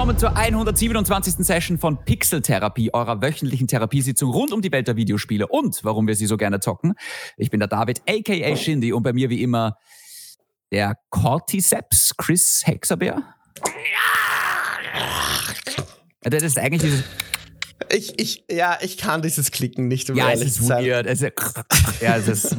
willkommen zur 127. Session von Pixel-Therapie, eurer wöchentlichen Therapiesitzung rund um die Welt der Videospiele und warum wir sie so gerne zocken. Ich bin der David, a.k.a. Shindy, und bei mir wie immer der Cordyceps, Chris Hexabeer. Das ist eigentlich dieses... Ich kann dieses Klicken nicht, ehrlich zu sein. Es ist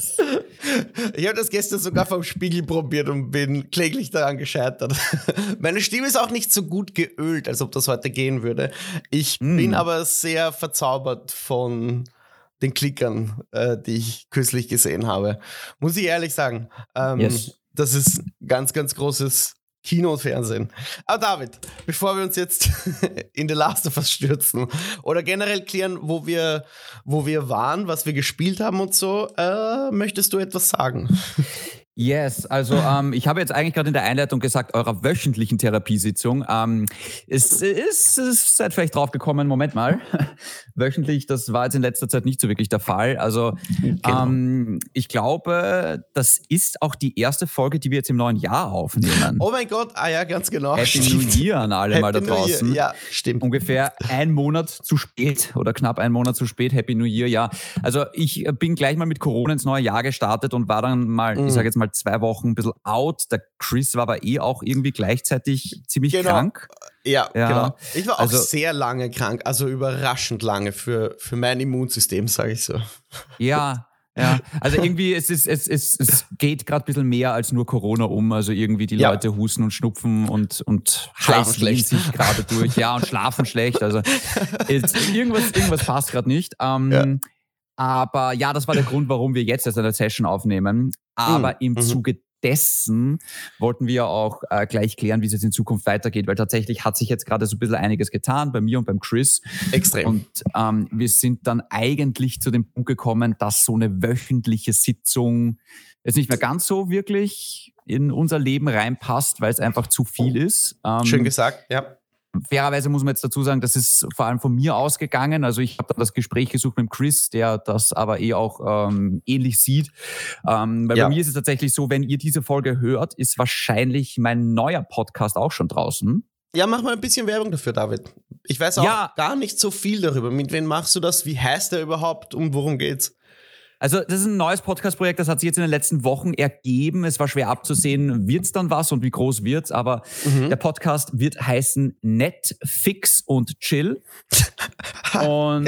Ich habe das gestern sogar vom Spiegel probiert und bin kläglich daran gescheitert. Meine Stimme ist auch nicht so gut geölt, als ob das heute gehen würde. Ich bin aber sehr verzaubert von den Klickern, die ich kürzlich gesehen habe. Muss ich ehrlich sagen. Yes. Das ist ganz, ganz großes Kino und Fernsehen. Aber David, bevor wir uns jetzt in The Last of Us stürzen oder generell klären, wo wir waren, was wir gespielt haben und so, möchtest du etwas sagen? Yes, also ich habe jetzt eigentlich gerade in der Einleitung gesagt, eurer wöchentlichen Therapiesitzung. Es seid vielleicht drauf gekommen, Moment mal, wöchentlich, das war jetzt in letzter Zeit nicht so wirklich der Fall. Also ich glaube, das ist auch die erste Folge, die wir jetzt im neuen Jahr aufnehmen. Oh mein Gott, ja, ganz genau. Happy New Year an alle mal da draußen. Ja, stimmt. Ungefähr ein Monat zu spät oder knapp einen Monat zu spät, Happy New Year, ja. Also ich bin gleich mal mit Corona ins neue Jahr gestartet und war dann mal, ich sage jetzt mal 2 Wochen ein bisschen out. Der Chris war aber auch irgendwie gleichzeitig ziemlich krank. Ja, genau. Ich war auch sehr lange krank, also überraschend lange für mein Immunsystem, sage ich so. Ja, also irgendwie es geht gerade ein bisschen mehr als nur Corona um. Also irgendwie die Leute husten und schnupfen und schlafen schlecht sich gerade durch. Ja, und schlafen schlecht. Also irgendwas passt gerade nicht. Aber ja, das war der Grund, warum wir jetzt eine Session aufnehmen. Aber im Zuge dessen wollten wir auch gleich klären, wie es jetzt in Zukunft weitergeht, weil tatsächlich hat sich jetzt gerade so ein bisschen einiges getan, bei mir und beim Chris. Extrem. Und wir sind dann eigentlich zu dem Punkt gekommen, dass so eine wöchentliche Sitzung jetzt nicht mehr ganz so wirklich in unser Leben reinpasst, weil es einfach zu viel ist. Schön gesagt, ja. Fairerweise muss man jetzt dazu sagen, das ist vor allem von mir ausgegangen. Also ich habe dann das Gespräch gesucht mit Chris, der das aber auch ähnlich sieht. Weil bei mir ist es tatsächlich so, wenn ihr diese Folge hört, ist wahrscheinlich mein neuer Podcast auch schon draußen. Ja, mach mal ein bisschen Werbung dafür, David. Ich weiß auch gar nicht so viel darüber. Mit wem machst du das? Wie heißt der überhaupt? Und worum geht's? Also das ist ein neues Podcast-Projekt, das hat sich jetzt in den letzten Wochen ergeben. Es war schwer abzusehen, wird's dann was und wie groß wird's, aber der Podcast wird heißen Net, Fix und Chill und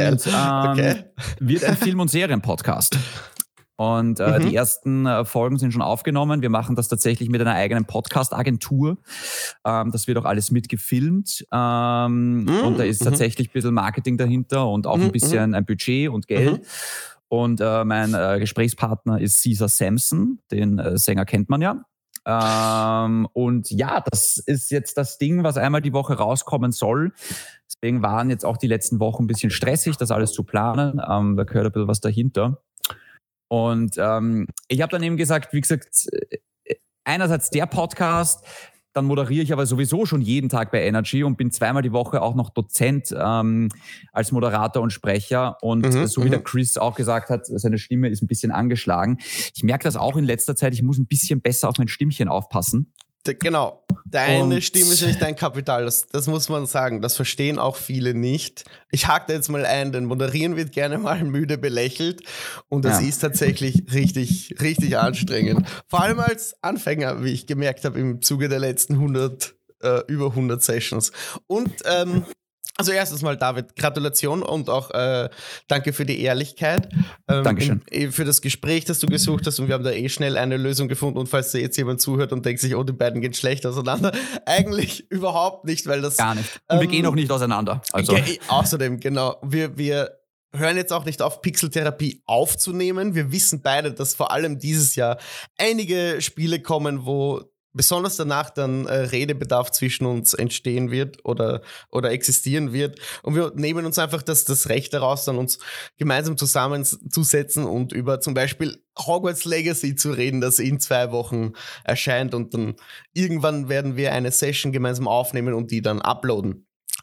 wird ein Film- und Serien-Podcast. Und die ersten Folgen sind schon aufgenommen. Wir machen das tatsächlich mit einer eigenen Podcast-Agentur. Das wird auch alles mitgefilmt. Und da ist tatsächlich ein bisschen Marketing dahinter und auch ein bisschen ein Budget und Geld. Und mein Gesprächspartner ist Caesar Sampson, den Sänger kennt man ja. Und ja, das ist jetzt das Ding, was einmal die Woche rauskommen soll. Deswegen waren jetzt auch die letzten Wochen ein bisschen stressig, das alles zu planen. Da gehört ein bisschen was dahinter. Und ich habe dann eben gesagt, wie gesagt, einerseits der Podcast, dann moderiere ich aber sowieso schon jeden Tag bei Energy und bin 2-mal die Woche auch noch Dozent als Moderator und Sprecher. Und so wie der Chris auch gesagt hat, seine Stimme ist ein bisschen angeschlagen. Ich merke das auch in letzter Zeit, ich muss ein bisschen besser auf mein Stimmchen aufpassen. Genau, deine Stimme ist nicht dein Kapital, das muss man sagen, das verstehen auch viele nicht. Ich hake da jetzt mal ein, denn Moderieren wird gerne mal müde belächelt und das ist tatsächlich richtig, richtig anstrengend. Vor allem als Anfänger, wie ich gemerkt habe im Zuge der letzten über 100 Sessions. Und also erstes mal, David, Gratulation und auch danke für die Ehrlichkeit. Dankeschön. Für das Gespräch, das du gesucht hast und wir haben da schnell eine Lösung gefunden und falls da jetzt jemand zuhört und denkt sich, oh, die beiden gehen schlecht auseinander, eigentlich überhaupt nicht, weil das... Gar nicht. Und wir gehen auch nicht auseinander. Also. Außerdem, genau, wir hören jetzt auch nicht auf, Pixeltherapie aufzunehmen. Wir wissen beide, dass vor allem dieses Jahr einige Spiele kommen, wo besonders danach dann Redebedarf zwischen uns entstehen wird oder existieren wird. Und wir nehmen uns einfach das Recht daraus, dann uns gemeinsam zusammenzusetzen und über zum Beispiel Hogwarts Legacy zu reden, das in 2 Wochen erscheint. Und dann irgendwann werden wir eine Session gemeinsam aufnehmen und die dann uploaden.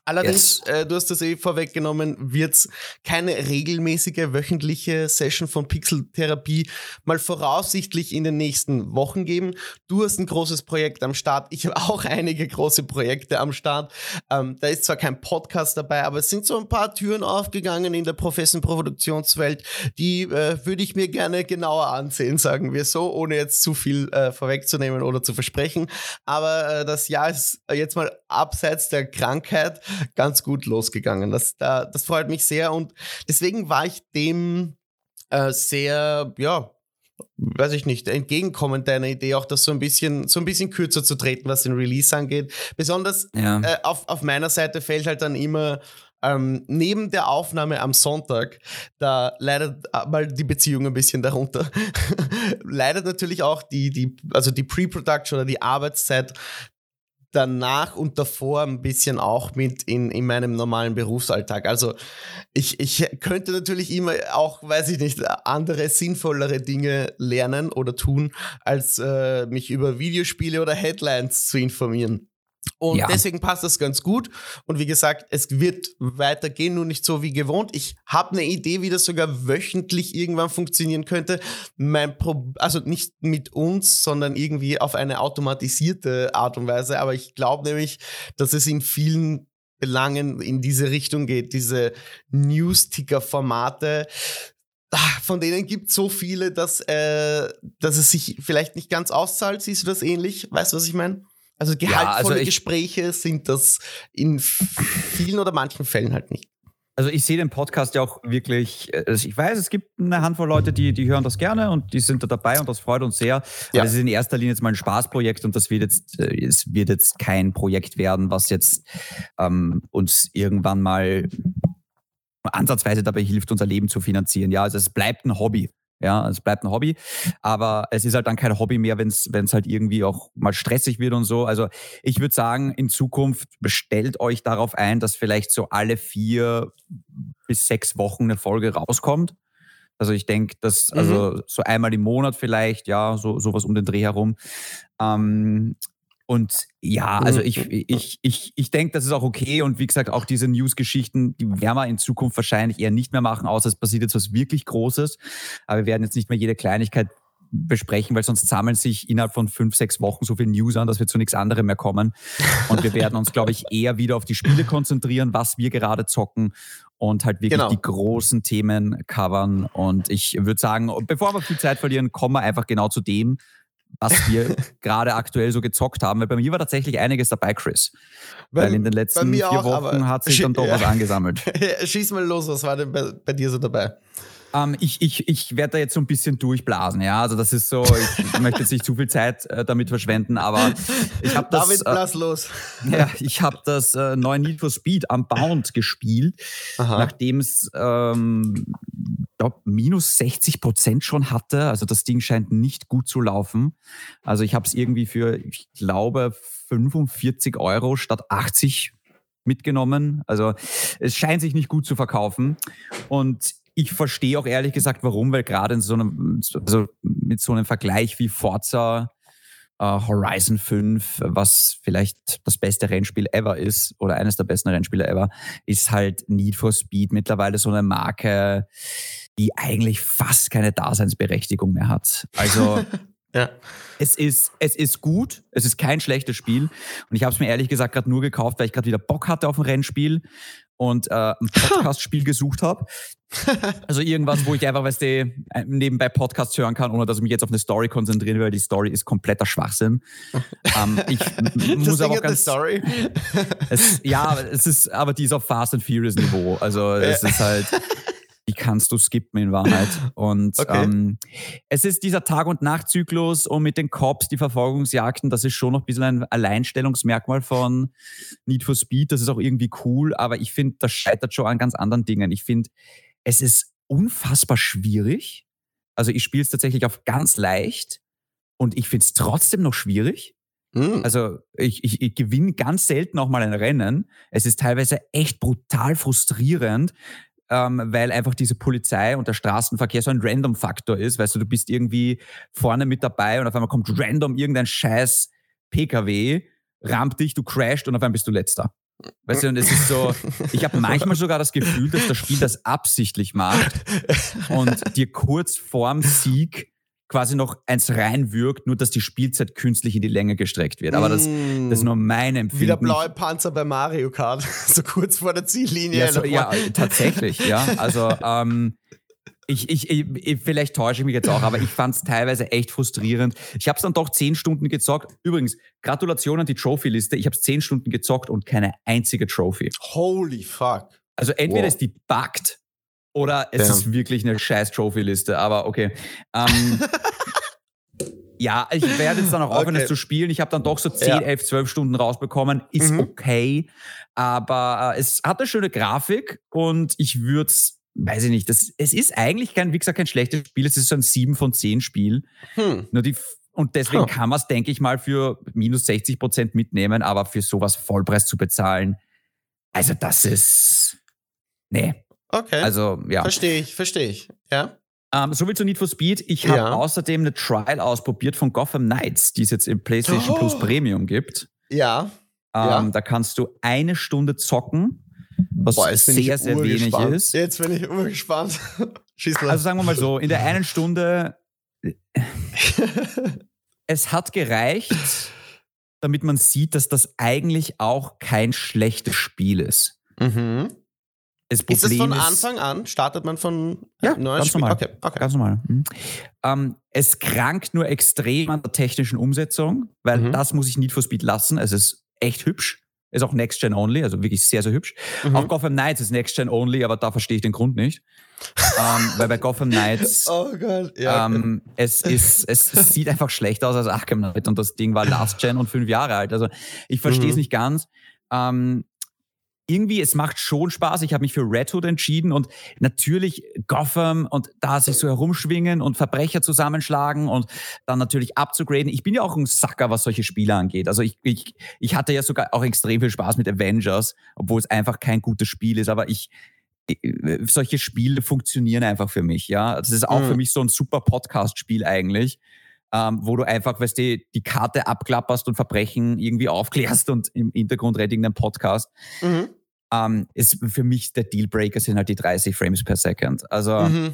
Allerdings, du hast das vorweggenommen, wird es keine regelmäßige wöchentliche Session von Pixeltherapie mal voraussichtlich in den nächsten Wochen geben. Du hast ein großes Projekt am Start. Ich habe auch einige große Projekte am Start. Da ist zwar kein Podcast dabei, aber es sind so ein paar Türen aufgegangen in der Produktionswelt, die würde ich mir gerne genauer ansehen, sagen wir so, ohne jetzt zu viel vorwegzunehmen oder zu versprechen. Aber das Jahr ist jetzt mal abseits der Krankheit ganz gut losgegangen. Das freut mich sehr und deswegen war ich dem sehr, weiß ich nicht, entgegenkommend deiner Idee, auch das so ein bisschen kürzer zu treten, was den Release angeht. Besonders auf meiner Seite fällt halt dann immer neben der Aufnahme am Sonntag, da leidet mal die Beziehung ein bisschen darunter, leidet natürlich auch die Pre-Production oder die Arbeitszeit danach und davor ein bisschen auch mit in meinem normalen Berufsalltag. Also ich könnte natürlich immer auch, weiß ich nicht, andere sinnvollere Dinge lernen oder tun, als mich über Videospiele oder Headlines zu informieren. Und deswegen passt das ganz gut. Und wie gesagt, es wird weitergehen, nur nicht so wie gewohnt. Ich habe eine Idee, wie das sogar wöchentlich irgendwann funktionieren könnte. Also nicht mit uns, sondern irgendwie auf eine automatisierte Art und Weise. Aber ich glaube nämlich, dass es in vielen Belangen in diese Richtung geht. Diese News-Ticker-Formate, von denen gibt es so viele, dass es sich vielleicht nicht ganz auszahlt. Siehst du das ähnlich? Weißt du, was ich meine? Also gehaltvolle Gespräche sind das in vielen oder manchen Fällen halt nicht. Also ich sehe den Podcast ja auch wirklich, ich weiß, es gibt eine Handvoll Leute, die hören das gerne und die sind da dabei und das freut uns sehr. Ja. Das ist in erster Linie jetzt mal ein Spaßprojekt und es wird jetzt kein Projekt werden, was jetzt uns irgendwann mal ansatzweise dabei hilft, unser Leben zu finanzieren. Ja, also es bleibt ein Hobby. Ja, es bleibt ein Hobby, aber es ist halt dann kein Hobby mehr, wenn es halt irgendwie auch mal stressig wird und so. Also ich würde sagen, in Zukunft stellt euch darauf ein, dass vielleicht so alle 4 bis 6 Wochen eine Folge rauskommt. Also ich denke, dass also so einmal im Monat vielleicht, ja, sowas um den Dreh herum. Und ja, also ich denke, das ist auch okay. Und wie gesagt, auch diese News-Geschichten, die werden wir in Zukunft wahrscheinlich eher nicht mehr machen, außer es passiert jetzt was wirklich Großes. Aber wir werden jetzt nicht mehr jede Kleinigkeit besprechen, weil sonst sammeln sich innerhalb von 5, 6 Wochen so viele News an, dass wir zu nichts anderem mehr kommen. Und wir werden uns, glaube ich, eher wieder auf die Spiele konzentrieren, was wir gerade zocken und halt wirklich die großen Themen covern. Und ich würde sagen, bevor wir viel Zeit verlieren, kommen wir einfach genau zu dem, was wir gerade aktuell so gezockt haben. Weil bei mir war tatsächlich einiges dabei, Chris. Weil in den letzten 4 Wochen hat sich dann doch was angesammelt. Schieß mal los, was war denn bei dir so dabei? Ich werde da jetzt so ein bisschen durchblasen, ja. Also das ist so, ich möchte jetzt nicht zu viel Zeit damit verschwenden, aber ich habe das. David, blass los. Ja, ich habe das neue Need for Speed Unbound gespielt, nachdem es minus 60% schon hatte. Also das Ding scheint nicht gut zu laufen. Also ich habe es irgendwie für, ich glaube, 45 € statt 80 mitgenommen. Also es scheint sich nicht gut zu verkaufen. Und ich verstehe auch ehrlich gesagt, warum, weil gerade in mit so einem Vergleich wie Forza Horizon 5, was vielleicht das beste Rennspiel ever ist oder eines der besten Rennspiele ever, ist halt Need for Speed mittlerweile so eine Marke, die eigentlich fast keine Daseinsberechtigung mehr hat. Also es ist gut, es ist kein schlechtes Spiel und ich habe es mir ehrlich gesagt gerade nur gekauft, weil ich gerade wieder Bock hatte auf ein Rennspiel und ein Podcast-Spiel gesucht habe. Also irgendwas, wo ich einfach, nebenbei Podcasts hören kann, ohne dass ich mich jetzt auf eine Story konzentrieren will, weil die Story ist kompletter Schwachsinn. Ich muss aber auch ganz... Story? Es ist, aber die ist auf Fast and Furious Niveau. Also es ist halt... Die kannst du skippen in Wahrheit. Und es ist dieser Tag- und Nachtzyklus und mit den Cops, die Verfolgungsjagden, das ist schon noch ein bisschen ein Alleinstellungsmerkmal von Need for Speed. Das ist auch irgendwie cool, aber ich finde, das scheitert schon an ganz anderen Dingen. Ich finde, es ist unfassbar schwierig. Also ich spiele es tatsächlich auf ganz leicht und ich finde es trotzdem noch schwierig. Also ich gewinne ganz selten auch mal ein Rennen. Es ist teilweise echt brutal frustrierend, weil einfach diese Polizei und der Straßenverkehr so ein Random-Faktor ist. Weißt du, du bist irgendwie vorne mit dabei und auf einmal kommt random irgendein scheiß PKW, rammt dich, du crashst und auf einmal bist du Letzter. Weißt du, und es ist so, ich habe manchmal sogar das Gefühl, dass das Spiel das absichtlich macht und dir kurz vorm Sieg quasi noch eins reinwirkt, nur dass die Spielzeit künstlich in die Länge gestreckt wird. Aber das ist nur mein Empfinden. Wie der blaue Panzer bei Mario Kart, so kurz vor der Ziellinie. Ja, tatsächlich, ja. Also, vielleicht täusche ich mich jetzt auch, aber ich fand es teilweise echt frustrierend. Ich habe es dann doch 10 Stunden gezockt. Übrigens, Gratulation an die Trophy-Liste. Ich habe es 10 Stunden gezockt und keine einzige Trophy. Holy fuck. Also entweder ist die bugged oder es ist wirklich eine scheiß Trophy-Liste. Aber okay. Ja, ich werde jetzt dann auch aufhören, es zu spielen. Ich habe dann doch so 10, 11, 12 Stunden rausbekommen. Ist okay. Aber es hat eine schöne Grafik und ich würde es, weiß ich nicht, es ist eigentlich wie gesagt, kein schlechtes Spiel. Es ist so ein 7 von 10 Spiel. Und deswegen kann man es, denke ich mal, für minus 60% mitnehmen, aber für sowas Vollpreis zu bezahlen, also das ist, nee. Okay. Also, ja. Verstehe ich. Ja. So viel zu Need for Speed. Ich habe außerdem eine Trial ausprobiert von Gotham Knights, die es jetzt im PlayStation Plus Premium gibt. Ja. Da kannst du 1 Stunde zocken, was sehr, sehr wenig ist. Jetzt bin ich urgespannt. Schieß los. Also sagen wir mal so, in der 1 Stunde es hat gereicht, damit man sieht, dass das eigentlich auch kein schlechtes Spiel ist. Mhm. Ist das von Anfang an? Startet man von neues ganz Spiel? Normal. Okay. Ganz normal. Es krankt nur extrem an der technischen Umsetzung, weil das muss ich Need for Speed lassen. Es ist echt hübsch. Ist auch Next-Gen-only, also wirklich sehr, sehr hübsch. Auch Gotham Knights ist Next-Gen-only, aber da verstehe ich den Grund nicht. Weil bei Gotham Knights es sieht einfach schlechter aus als Arkham Knight und das Ding war Last-Gen und 5 Jahre alt. Also ich verstehe es nicht ganz. Irgendwie, es macht schon Spaß. Ich habe mich für Red Hood entschieden und natürlich Gotham und da sich so herumschwingen und Verbrecher zusammenschlagen und dann natürlich abzugraden. Ich bin ja auch ein Sucker, was solche Spiele angeht. Also ich hatte ja sogar auch extrem viel Spaß mit Avengers, obwohl es einfach kein gutes Spiel ist. Aber solche Spiele funktionieren einfach für mich. Ja, das ist auch für mich so ein super Podcast-Spiel eigentlich. Wo du einfach, weißt du, die Karte abklapperst und Verbrechen irgendwie aufklärst und im Hintergrund redet irgendein Podcast. Ist für mich der Dealbreaker sind halt die 30 Frames per Second. Also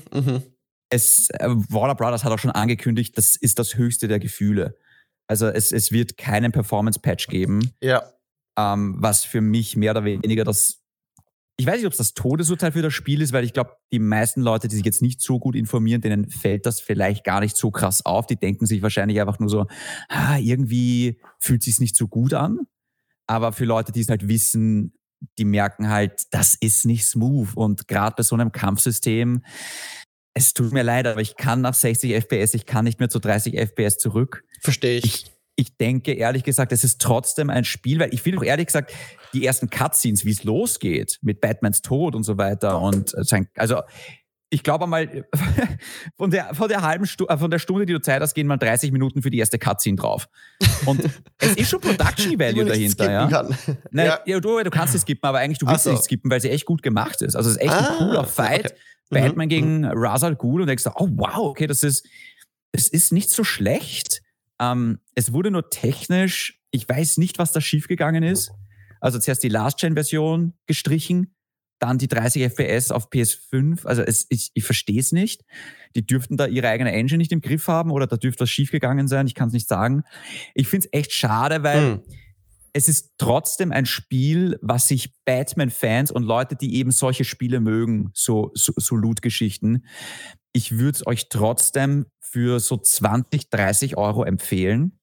Warner Brothers hat auch schon angekündigt, das ist das höchste der Gefühle. Also es wird keinen Performance-Patch geben. Ja. Was für mich mehr oder weniger ich weiß nicht, ob es das Todesurteil für das Spiel ist, weil ich glaube, die meisten Leute, die sich jetzt nicht so gut informieren, denen fällt das vielleicht gar nicht so krass auf. Die denken sich wahrscheinlich einfach nur so, irgendwie fühlt es sich nicht so gut an. Aber für Leute, die es halt wissen, die merken halt, das ist nicht smooth. Und gerade bei so einem Kampfsystem, es tut mir leid, aber ich kann nach 60 FPS, ich kann nicht mehr zu 30 FPS zurück. Verstehe ich. Ich denke, ehrlich gesagt, es ist trotzdem ein Spiel, weil ich finde auch ehrlich gesagt, die ersten Cutscenes, wie es losgeht mit Batmans Tod und so weiter und also ich glaube mal, von der Stunde, die du Zeit hast, gehen mal 30 Minuten für die erste Cutscene drauf. Und es ist schon Production Value dahinter, ja. Nein, du kannst es skippen, aber eigentlich du willst es nicht skippen, weil sie echt gut gemacht ist. Also es ist echt ein cooler Fight. Okay. Batman gegen Ra's al Ghul und denkst, oh wow, okay, das ist nicht so schlecht. Es wurde nur technisch, ich weiß nicht, was da schiefgegangen ist. Also zuerst die Last-Gen-Version gestrichen, dann die 30 FPS auf PS5. Also ich verstehe es nicht. Die dürften da ihre eigene Engine nicht im Griff haben oder da dürfte was schiefgegangen sein. Ich kann es nicht sagen. Ich finde es echt schade, weil es ist trotzdem ein Spiel, was sich Batman-Fans und Leute, die eben solche Spiele mögen, so Loot-Geschichten, ich würde es euch trotzdem für so 20, 30 Euro empfehlen.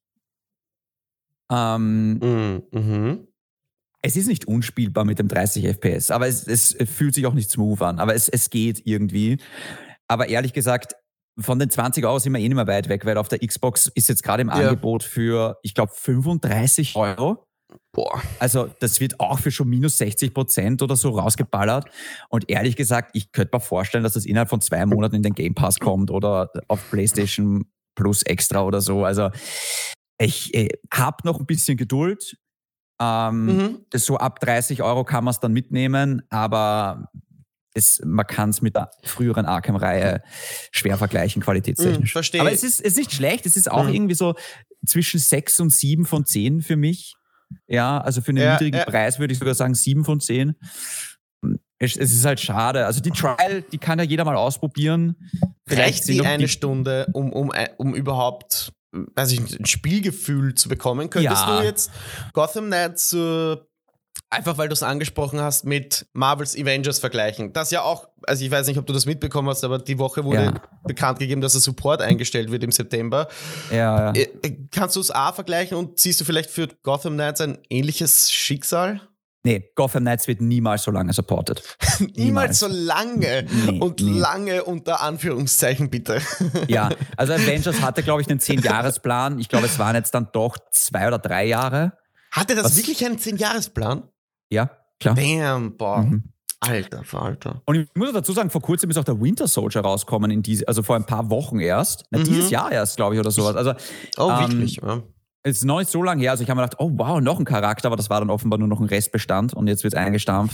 Es ist nicht unspielbar mit dem 30 FPS, aber es fühlt sich auch nicht smooth an. Aber es geht irgendwie. Aber ehrlich gesagt, von den 20 Euro sind wir nicht mehr weit weg, weil auf der Xbox ist jetzt gerade im Angebot für, ich glaube, 35 Euro. Boah. Also das wird auch für schon minus 60% oder so rausgeballert. Und ehrlich gesagt, ich könnte mir vorstellen, dass das innerhalb von 2 Monaten in den Game Pass kommt oder auf PlayStation Plus extra oder so. Also ich habe noch ein bisschen Geduld. So ab 30 Euro kann man es dann mitnehmen, aber man kann es mit der früheren Arkham-Reihe schwer vergleichen, qualitätstechnisch. Verstehe. Aber es ist nicht schlecht, es ist auch irgendwie so zwischen 6 und 7 von 10 für mich. Ja, also für einen niedrigen Preis würde ich sogar sagen 7 von 10. Es ist halt schade. Also die Trial, die kann ja jeder mal ausprobieren. Reicht die eine Stunde, um überhaupt, weiß ich nicht, ein Spielgefühl zu bekommen? Könntest du jetzt Gotham Knights einfach, weil du es angesprochen hast, mit Marvel's Avengers vergleichen? Das ja auch, also ich weiß nicht, ob du das mitbekommen hast, aber die Woche wurde bekannt gegeben, dass der Support eingestellt wird im September. Ja. Kannst du es vergleichen und siehst du vielleicht für Gotham Knights ein ähnliches Schicksal? Nee, Gotham Knights wird niemals so lange supported. Niemals so lange. Lange unter Anführungszeichen, bitte. Ja, also Avengers hatte, glaube ich, einen 10-Jahres-Plan. Ich glaube, es waren jetzt dann doch 2 oder 3 Jahre. Hatte das wirklich einen 10-Jahres-Plan? Ja, klar. Damn, boah. Alter. Und ich muss dazu sagen, vor kurzem ist auch der Winter Soldier rausgekommen, also vor ein paar Wochen erst. Dieses Jahr erst, glaube ich, oder sowas. Also, wirklich, ja. Es ist noch nicht so lange her, also ich habe mir gedacht, oh wow, noch ein Charakter, aber das war dann offenbar nur noch ein Restbestand und jetzt wird es eingestampft.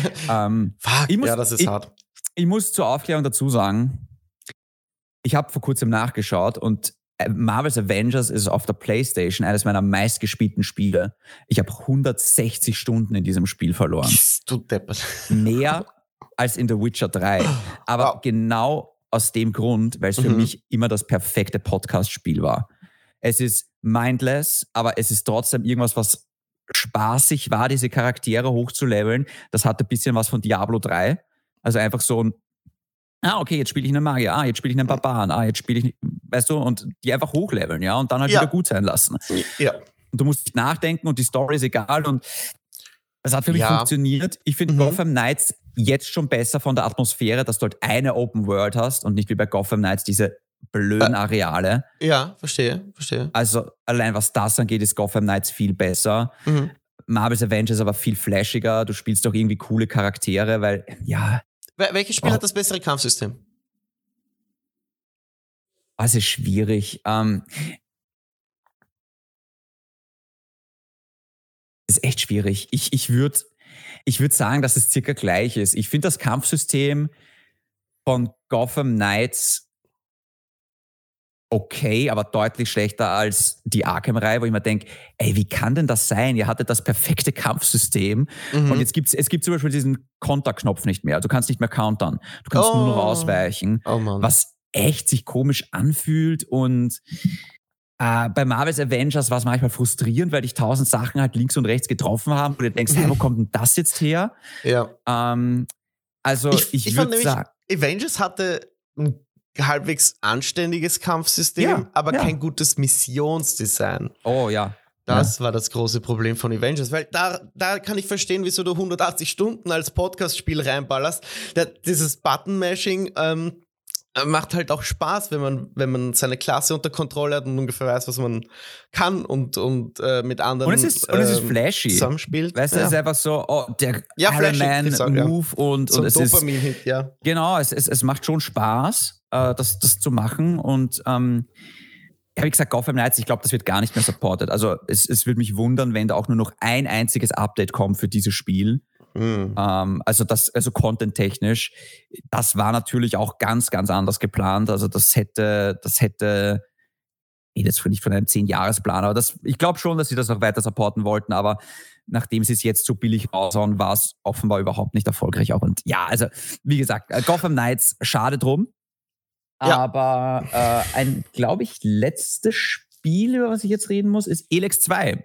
Das ist hart. Ich muss zur Aufklärung dazu sagen, ich habe vor kurzem nachgeschaut und Marvel's Avengers ist auf der PlayStation eines meiner meistgespielten Spiele. Ich habe 160 Stunden in diesem Spiel verloren. Du deppert. Mehr als in The Witcher 3. Aber genau aus dem Grund, weil es für mich immer das perfekte Podcast-Spiel war. Es ist mindless, aber es ist trotzdem irgendwas, was spaßig war, diese Charaktere hochzuleveln. Das hatte ein bisschen was von Diablo 3. Also einfach so ein, okay, jetzt spiele ich einen Magier, jetzt spiele ich einen Barbaren, jetzt spiele ich, weißt du, und die einfach hochleveln, ja, und dann halt wieder gut sein lassen. Ja. Und du musst nicht nachdenken und die Story ist egal und es hat für mich funktioniert. Ich finde Gotham Knights jetzt schon besser von der Atmosphäre, dass du halt eine Open World hast und nicht wie bei Gotham Knights diese blöden Areale. Ja, verstehe. Also allein was das angeht, ist Gotham Knights viel besser. Marvel's Avengers aber viel flashiger. Du spielst doch irgendwie coole Charaktere, weil, Welches Spiel hat das bessere Kampfsystem? Das ist schwierig. Das ist echt schwierig. Ich würde sagen, dass es circa gleich ist. Ich finde das Kampfsystem von Gotham Knights okay, aber deutlich schlechter als die Arkham-Reihe, wo ich mir denke, wie kann denn das sein? Ihr hattet das perfekte Kampfsystem und jetzt es gibt zum Beispiel diesen Konterknopf nicht mehr. Du kannst nicht mehr countern. Du kannst nur noch ausweichen, was echt sich komisch anfühlt und bei Marvel's Avengers war es manchmal frustrierend, weil dich 1000 Sachen halt links und rechts getroffen haben und du denkst, wo kommt denn das jetzt her? Ja. Also ich würde sagen, Avengers hatte ein halbwegs anständiges Kampfsystem, aber kein gutes Missionsdesign. Oh ja. Das war das große Problem von Avengers, weil da kann ich verstehen, wieso du 180 Stunden als Podcast-Spiel reinballerst. Dieses Button-Mashing macht halt auch Spaß, wenn man seine Klasse unter Kontrolle hat und ungefähr weiß, was man kann und mit anderen und es ist flashy zusammenspielt. Weißt du, es ist einfach so, der Iron Man Move und es ist Dopamin-Hit, Genau, es macht schon Spaß, das zu machen und wie gesagt, Gotham Knights, ich glaube, das wird gar nicht mehr supported. Also es würde mich wundern, wenn da auch nur noch ein einziges Update kommt für dieses Spiel. Also content-technisch, das war natürlich auch ganz, ganz anders geplant. Also das hätte jetzt nicht von einem 10-Jahres-Plan, aber ich glaube schon, dass sie das noch weiter supporten wollten, aber nachdem sie es jetzt so billig raushauen, war es offenbar überhaupt nicht erfolgreich auch. Und ja, also wie gesagt, Gotham Knights, schade drum. Ja. Aber ein, glaube ich, letztes Spiel, über was ich jetzt reden muss, ist Elex 2.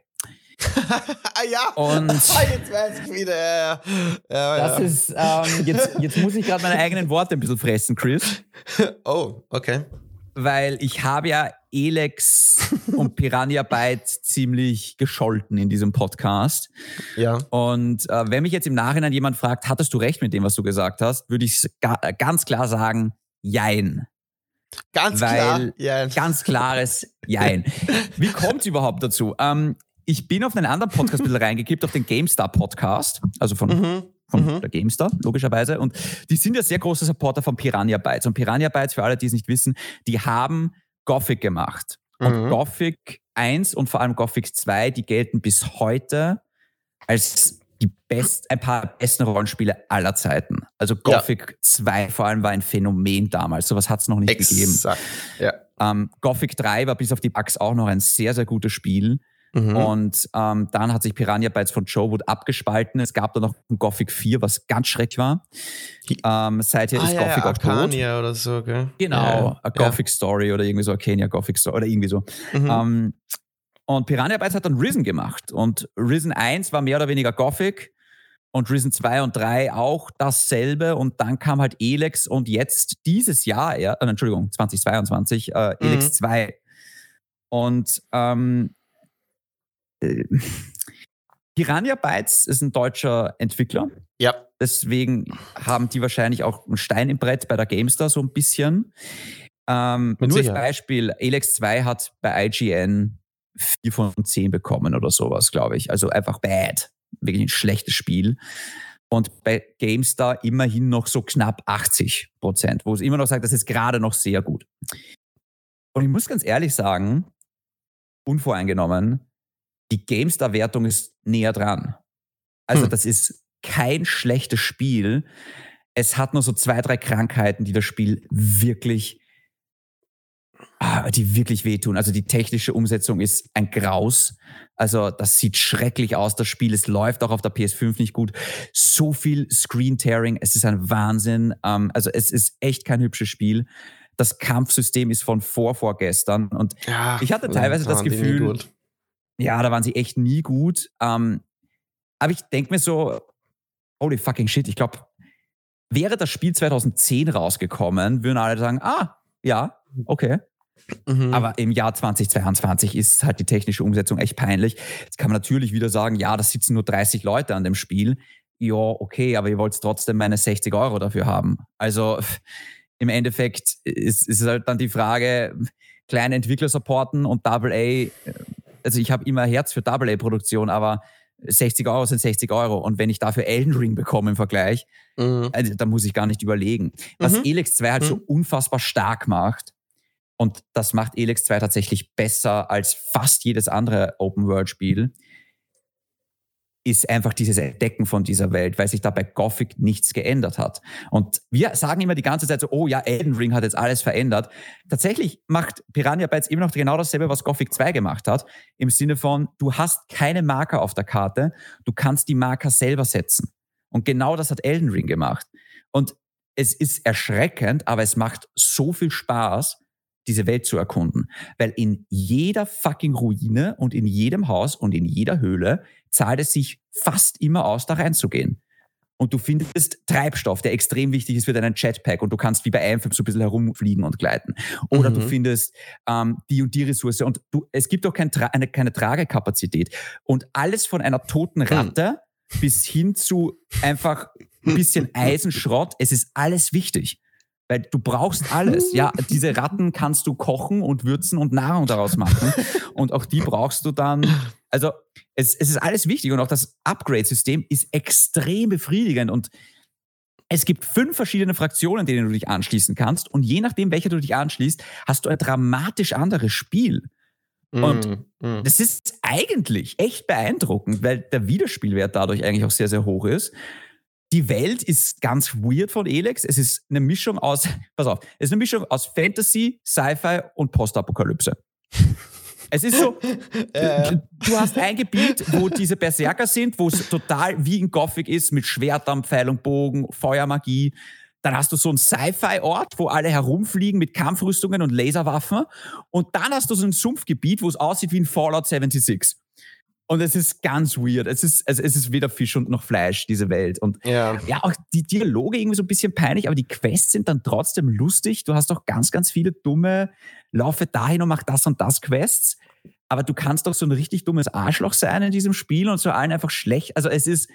Und jetzt weiß ich wieder. Das ist, jetzt muss ich gerade meine eigenen Worte ein bisschen fressen, Chris. Oh, okay. Weil ich habe ja Elex und Piranha Bytes ziemlich gescholten in diesem Podcast. Ja. Und wenn mich jetzt im Nachhinein jemand fragt, hattest du recht mit dem, was du gesagt hast, würde ich ganz klar sagen, jein. Ganz klares Jein. Wie kommt es überhaupt dazu? Ich bin auf einen anderen Podcast ein bisschen reingekippt, auf den GameStar-Podcast, also von der GameStar, logischerweise. Und die sind ja sehr große Supporter von Piranha Bytes. Und Piranha Bytes, für alle, die es nicht wissen, die haben Gothic gemacht. Und Gothic 1 und vor allem Gothic 2, die gelten bis heute als ein paar besten Rollenspiele aller Zeiten. Also Gothic 2 vor allem war ein Phänomen damals. Sowas hat es noch nicht gegeben. Ja. Gothic 3 war bis auf die Bugs auch noch ein sehr, sehr gutes Spiel. Und dann hat sich Piranha Bytes von Joe Wood abgespalten. Es gab da noch ein Gothic 4, was ganz schrecklich war. Seither ist Gothic auch tot. Arcania oder so, gell? Genau, a Gothic Story oder irgendwie so, Arcania Gothic Story oder irgendwie so. Und Piranha Bytes hat dann Risen gemacht. Und Risen 1 war mehr oder weniger Gothic. Und Risen 2 und 3 auch dasselbe. Und dann kam halt Elex und jetzt dieses Jahr, 2022, Elex 2. Und Piranha Bytes ist ein deutscher Entwickler. Ja. Deswegen haben die wahrscheinlich auch einen Stein im Brett bei der GameStar so ein bisschen. Nur als Beispiel, Elex 2 hat bei IGN 4 von 10 bekommen oder sowas, glaube ich. Also einfach bad. Wirklich ein schlechtes Spiel. Und bei GameStar immerhin noch so knapp 80%, wo es immer noch sagt, das ist gerade noch sehr gut. Und ich muss ganz ehrlich sagen, unvoreingenommen, die GameStar-Wertung ist näher dran. Also das ist kein schlechtes Spiel. Es hat nur so 2, 3 Krankheiten, die das Spiel wirklich wehtun. Also die technische Umsetzung ist ein Graus. Also das sieht schrecklich aus, das Spiel. Es läuft auch auf der PS5 nicht gut. So viel Screen-Tearing, es ist ein Wahnsinn. Also es ist echt kein hübsches Spiel. Das Kampfsystem ist von vorgestern. Und ich hatte teilweise das Gefühl, da waren sie echt nie gut. Aber ich denke mir so, holy fucking shit, ich glaube, wäre das Spiel 2010 rausgekommen, würden alle sagen, ja, okay. Aber im Jahr 2022 ist halt die technische Umsetzung echt peinlich. Jetzt kann man natürlich wieder sagen, ja, da sitzen nur 30 Leute an dem Spiel. Ja, okay, aber ihr wollt trotzdem meine 60 € dafür haben. Also im Endeffekt ist halt dann die Frage, kleine Entwickler supporten und AA, also ich habe immer Herz für AA-Produktion, aber 60 € sind 60 €. Und wenn ich dafür Elden Ring bekomme im Vergleich, also, da muss ich gar nicht überlegen. Was Elex 2 halt so unfassbar stark macht, und das macht Elex 2 tatsächlich besser als fast jedes andere Open-World-Spiel, ist einfach dieses Entdecken von dieser Welt, weil sich da bei Gothic nichts geändert hat. Und wir sagen immer die ganze Zeit so, oh ja, Elden Ring hat jetzt alles verändert. Tatsächlich macht Piranha Bytes immer noch genau dasselbe, was Gothic 2 gemacht hat, im Sinne von, du hast keine Marker auf der Karte, du kannst die Marker selber setzen. Und genau das hat Elden Ring gemacht. Und es ist erschreckend, aber es macht so viel Spaß, diese Welt zu erkunden. Weil in jeder fucking Ruine und in jedem Haus und in jeder Höhle zahlt es sich fast immer aus, da reinzugehen. Und du findest Treibstoff, der extrem wichtig ist für deinen Jetpack, und du kannst wie bei Anthem so ein bisschen herumfliegen und gleiten. Oder du findest die und die Ressource, und es gibt auch keine Tragekapazität. Und alles von einer toten Ratte bis hin zu einfach ein bisschen Eisenschrott, es ist alles wichtig. Weil du brauchst alles. Ja, diese Ratten kannst du kochen und würzen und Nahrung daraus machen. Und auch die brauchst du dann. Also es ist alles wichtig. Und auch das Upgrade-System ist extrem befriedigend. Und es gibt 5 verschiedene Fraktionen, denen du dich anschließen kannst. Und je nachdem, welcher du dich anschließt, hast du ein dramatisch anderes Spiel. Und das ist eigentlich echt beeindruckend, weil der Wiederspielwert dadurch eigentlich auch sehr, sehr hoch ist. Die Welt ist ganz weird von Elex. Es ist eine Mischung aus, es ist eine Mischung aus Fantasy, Sci-Fi und Postapokalypse. Es ist so, du hast ein Gebiet, wo diese Berserker sind, wo es total wie in Gothic ist, mit Schwertern, Pfeil und Bogen, Feuermagie. Dann hast du so einen Sci-Fi-Ort, wo alle herumfliegen mit Kampfrüstungen und Laserwaffen. Und dann hast du so ein Sumpfgebiet, wo es aussieht wie ein Fallout 76. Und es ist ganz weird. Es ist weder Fisch und noch Fleisch, diese Welt. Und ja, auch die Dialoge irgendwie so ein bisschen peinlich, aber die Quests sind dann trotzdem lustig. Du hast auch ganz, ganz viele dumme, laufe dahin und mach das und das Quests. Aber du kannst doch so ein richtig dummes Arschloch sein in diesem Spiel und so allen einfach schlecht. Also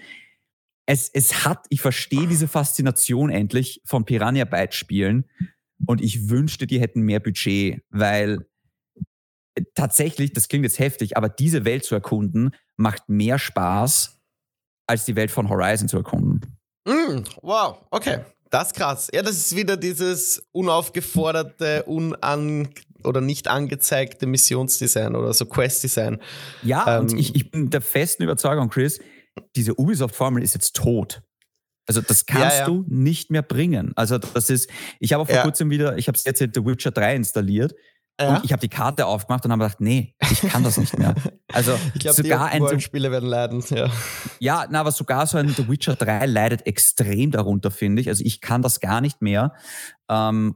ich verstehe diese Faszination endlich von Piranha Bytes Spielen, und ich wünschte, die hätten mehr Budget, weil tatsächlich, das klingt jetzt heftig, aber diese Welt zu erkunden macht mehr Spaß, als die Welt von Horizon zu erkunden. Wow, okay. Das ist krass. Ja, das ist wieder dieses unaufgeforderte, oder nicht angezeigte Missionsdesign oder so Quest-Design. Ja, und ich bin der festen Überzeugung, Chris, diese Ubisoft-Formel ist jetzt tot. Also das kannst du nicht mehr bringen. Also das ist, ich habe auch vor kurzem wieder, ich habe jetzt The Witcher 3 installiert. Und ich habe die Karte aufgemacht und habe gedacht, nee, ich kann das nicht mehr. Also Ich glaube, sogar die Open-World-Spiele werden leiden. Ja, aber sogar so ein The Witcher 3 leidet extrem darunter, finde ich. Also ich kann das gar nicht mehr. Ich habe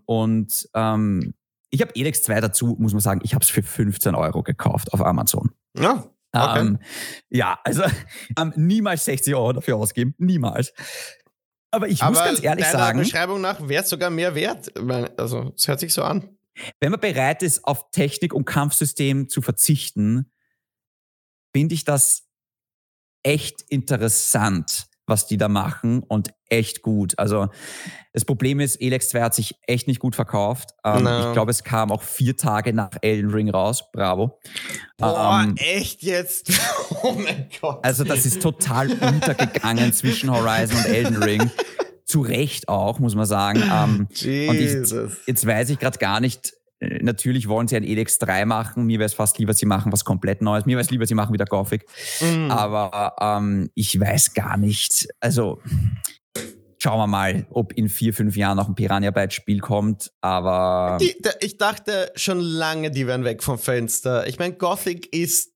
Elex 2 dazu, muss man sagen, ich habe es für 15 € gekauft auf Amazon. Ja, okay. Also niemals 60 € dafür ausgeben, niemals. Aber ich muss ganz ehrlich sagen... deiner Beschreibung nach wäre es sogar mehr wert. Also es hört sich so an. Wenn man bereit ist, auf Technik und Kampfsystem zu verzichten, finde ich das echt interessant, was die da machen und echt gut. Also das Problem ist, Elex 2 hat sich echt nicht gut verkauft. Ich glaube, es kam auch 4 Tage nach Elden Ring raus. Bravo. Boah, echt jetzt? Oh mein Gott. Also das ist total untergegangen zwischen Horizon und Elden Ring. Zu Recht auch, muss man sagen. Und jetzt weiß ich gerade gar nicht, natürlich wollen sie ein Elex 3 machen. Mir wäre es fast lieber, sie machen was komplett Neues. Mir wäre es lieber, sie machen wieder Gothic. Aber ich weiß gar nicht. Also schauen wir mal, ob in 4-5 Jahren noch ein Piranha Bytes Spiel kommt. Aber ich dachte schon lange, die wären weg vom Fenster. Ich meine, Gothic ist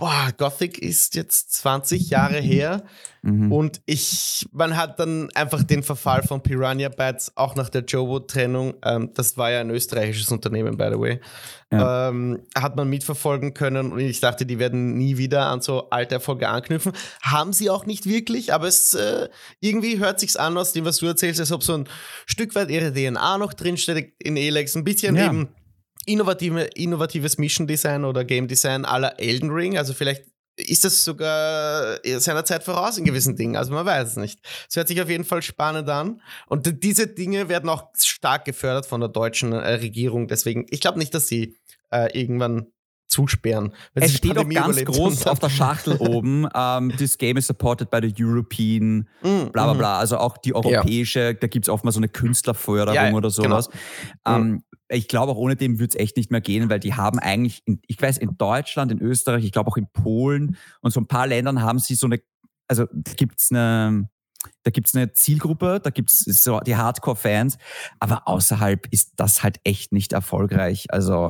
jetzt 20 Jahre her und man hat dann einfach den Verfall von Piranha Bytes auch nach der Jowo-Trennung, das war ja ein österreichisches Unternehmen, by the way, hat man mitverfolgen können und ich dachte, die werden nie wieder an so alte Erfolge anknüpfen. Haben sie auch nicht wirklich, aber es irgendwie hört sich's an aus dem, was du erzählst, als ob so ein Stück weit ihre DNA noch drinsteht in Elex, ein bisschen eben innovatives Mission Design oder Game Design à la Elden Ring. Also vielleicht ist das sogar seiner Zeit voraus in gewissen Dingen. Also man weiß es nicht. Es hört sich auf jeden Fall spannend an. Und diese Dinge werden auch stark gefördert von der deutschen Regierung. Deswegen, ich glaube nicht, dass sie irgendwann zusperren. Es steht auch ganz groß auf der Schachtel oben, this game is supported by the European, bla bla bla, also auch die europäische, da gibt es oft mal so eine Künstlerförderung oder sowas. Genau. Ich glaube, auch ohne dem wird es echt nicht mehr gehen, weil die haben eigentlich, ich weiß, in Deutschland, in Österreich, ich glaube auch in Polen und so ein paar Ländern haben sie so eine, also da gibt es eine Zielgruppe, da gibt es so die Hardcore-Fans, aber außerhalb ist das halt echt nicht erfolgreich. Also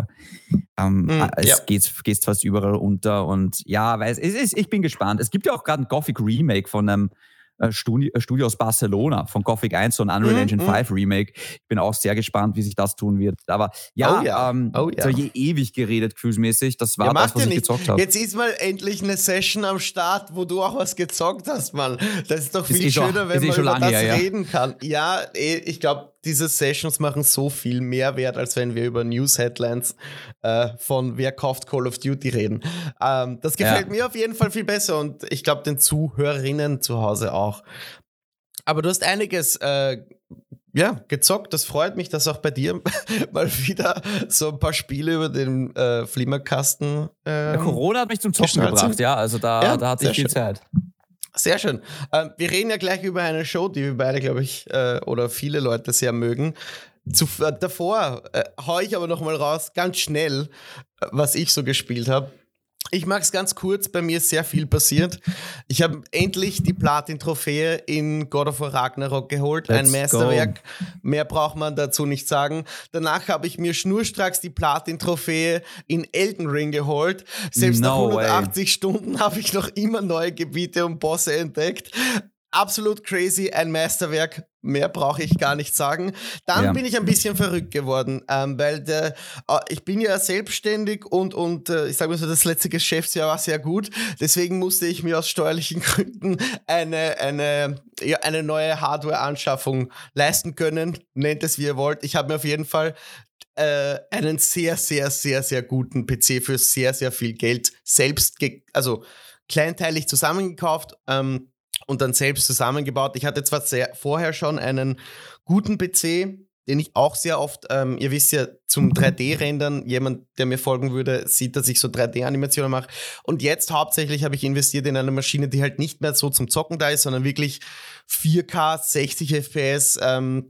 es geht fast überall unter und ja, ich bin gespannt. Es gibt ja auch gerade ein Gothic-Remake von einem Studio aus Barcelona, von Gothic 1, so ein Unreal Engine 5 Remake. Ich bin auch sehr gespannt, wie sich das tun wird. Aber so je ewig geredet, gefühlsmäßig, das war das, was ich gezockt habe. Jetzt ist mal endlich eine Session am Start, wo du auch was gezockt hast, Mann. Das ist doch viel schöner, wenn man über das reden kann. Ja, ich glaube, diese Sessions machen so viel mehr Wert, als wenn wir über News-Headlines von wer kauft Call of Duty reden. Das gefällt mir auf jeden Fall viel besser und ich glaube den Zuhörerinnen zu Hause auch. Aber du hast einiges gezockt. Das freut mich, dass auch bei dir mal wieder so ein paar Spiele über den Flimmerkasten Corona hat mich zum Zocken gebracht, ja. Also da hatte ich viel Zeit. Sehr schön. Wir reden ja gleich über eine Show, die wir beide, glaube ich, oder viele Leute sehr mögen. Davor hau ich aber noch mal raus, ganz schnell, was ich so gespielt habe. Ich mag es ganz kurz, bei mir ist sehr viel passiert. Ich habe endlich die Platin-Trophäe in God of War Ragnarok geholt. Ein Meisterwerk. Mehr braucht man dazu nicht sagen. Danach habe ich mir schnurstracks die Platin-Trophäe in Elden Ring geholt. Selbst nach 180 Stunden habe ich noch immer neue Gebiete und Bosse entdeckt. Absolut crazy, ein Meisterwerk, mehr brauche ich gar nicht sagen. Dann bin ich ein bisschen verrückt geworden, weil ich bin ja selbstständig und ich sage mal so, das letzte Geschäftsjahr war sehr gut. Deswegen musste ich mir aus steuerlichen Gründen eine neue Hardware-Anschaffung leisten können. Nennt es wie ihr wollt. Ich habe mir auf jeden Fall einen sehr, sehr, sehr, sehr guten PC für sehr, sehr viel Geld selbst, kleinteilig zusammengekauft, und dann selbst zusammengebaut. Ich hatte zwar vorher schon einen guten PC, den ich auch sehr oft, ihr wisst ja, zum 3D-Rendern, jemand, der mir folgen würde, sieht, dass ich so 3D-Animationen mache. Und jetzt hauptsächlich habe ich investiert in eine Maschine, die halt nicht mehr so zum Zocken da ist, sondern wirklich 4K, 60 FPS,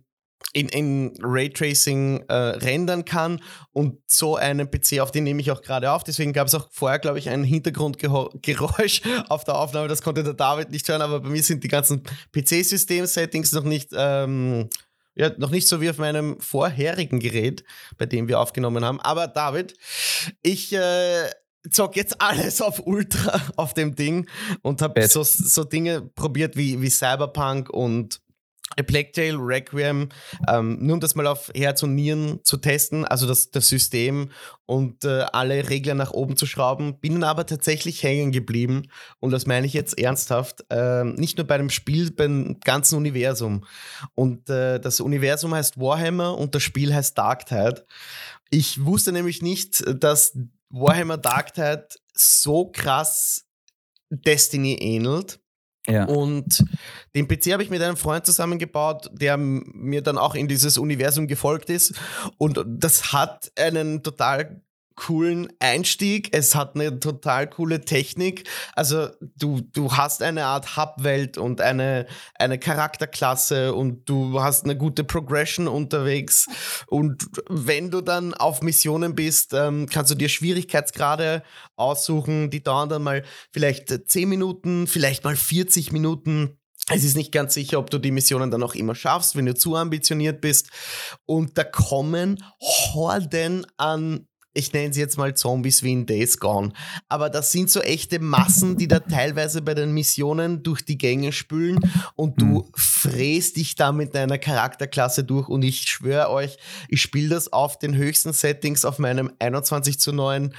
in Raytracing rendern kann und so einen PC, auf den nehme ich auch gerade auf. Deswegen gab es auch vorher, glaube ich, ein Hintergrundgeräusch auf der Aufnahme. Das konnte der David nicht hören, aber bei mir sind die ganzen PC-System-Settings noch nicht Ja, noch nicht so wie auf meinem vorherigen Gerät, bei dem wir aufgenommen haben. Aber David, ich zock jetzt alles auf Ultra auf dem Ding und habe so Dinge probiert wie Cyberpunk und A Plague Tale Requiem, nur um das mal auf Herz und Nieren zu testen, also das System und alle Regler nach oben zu schrauben, bin aber tatsächlich hängen geblieben und das meine ich jetzt ernsthaft, nicht nur bei dem Spiel, beim ganzen Universum. Und das Universum heißt Warhammer und das Spiel heißt Darktide. Ich wusste nämlich nicht, dass Warhammer Darktide so krass Destiny ähnelt. Ja. Und den PC habe ich mit einem Freund zusammengebaut, der mir dann auch in dieses Universum gefolgt ist. Und das hat einen total coolen Einstieg. Es hat eine total coole Technik. Also du hast eine Art Hub-Welt und eine Charakterklasse und du hast eine gute Progression unterwegs. Und wenn du dann auf Missionen bist, kannst du dir Schwierigkeitsgrade aussuchen. Die dauern dann mal vielleicht 10 Minuten, vielleicht mal 40 Minuten. Es ist nicht ganz sicher, ob du die Missionen dann auch immer schaffst, wenn du zu ambitioniert bist. Und da kommen Horden an, ich nenne sie jetzt mal Zombies wie in Days Gone. Aber das sind so echte Massen, die da teilweise bei den Missionen durch die Gänge spülen und du fräst dich da mit deiner Charakterklasse durch. Und ich schwöre euch, ich spiele das auf den höchsten Settings auf meinem 21:9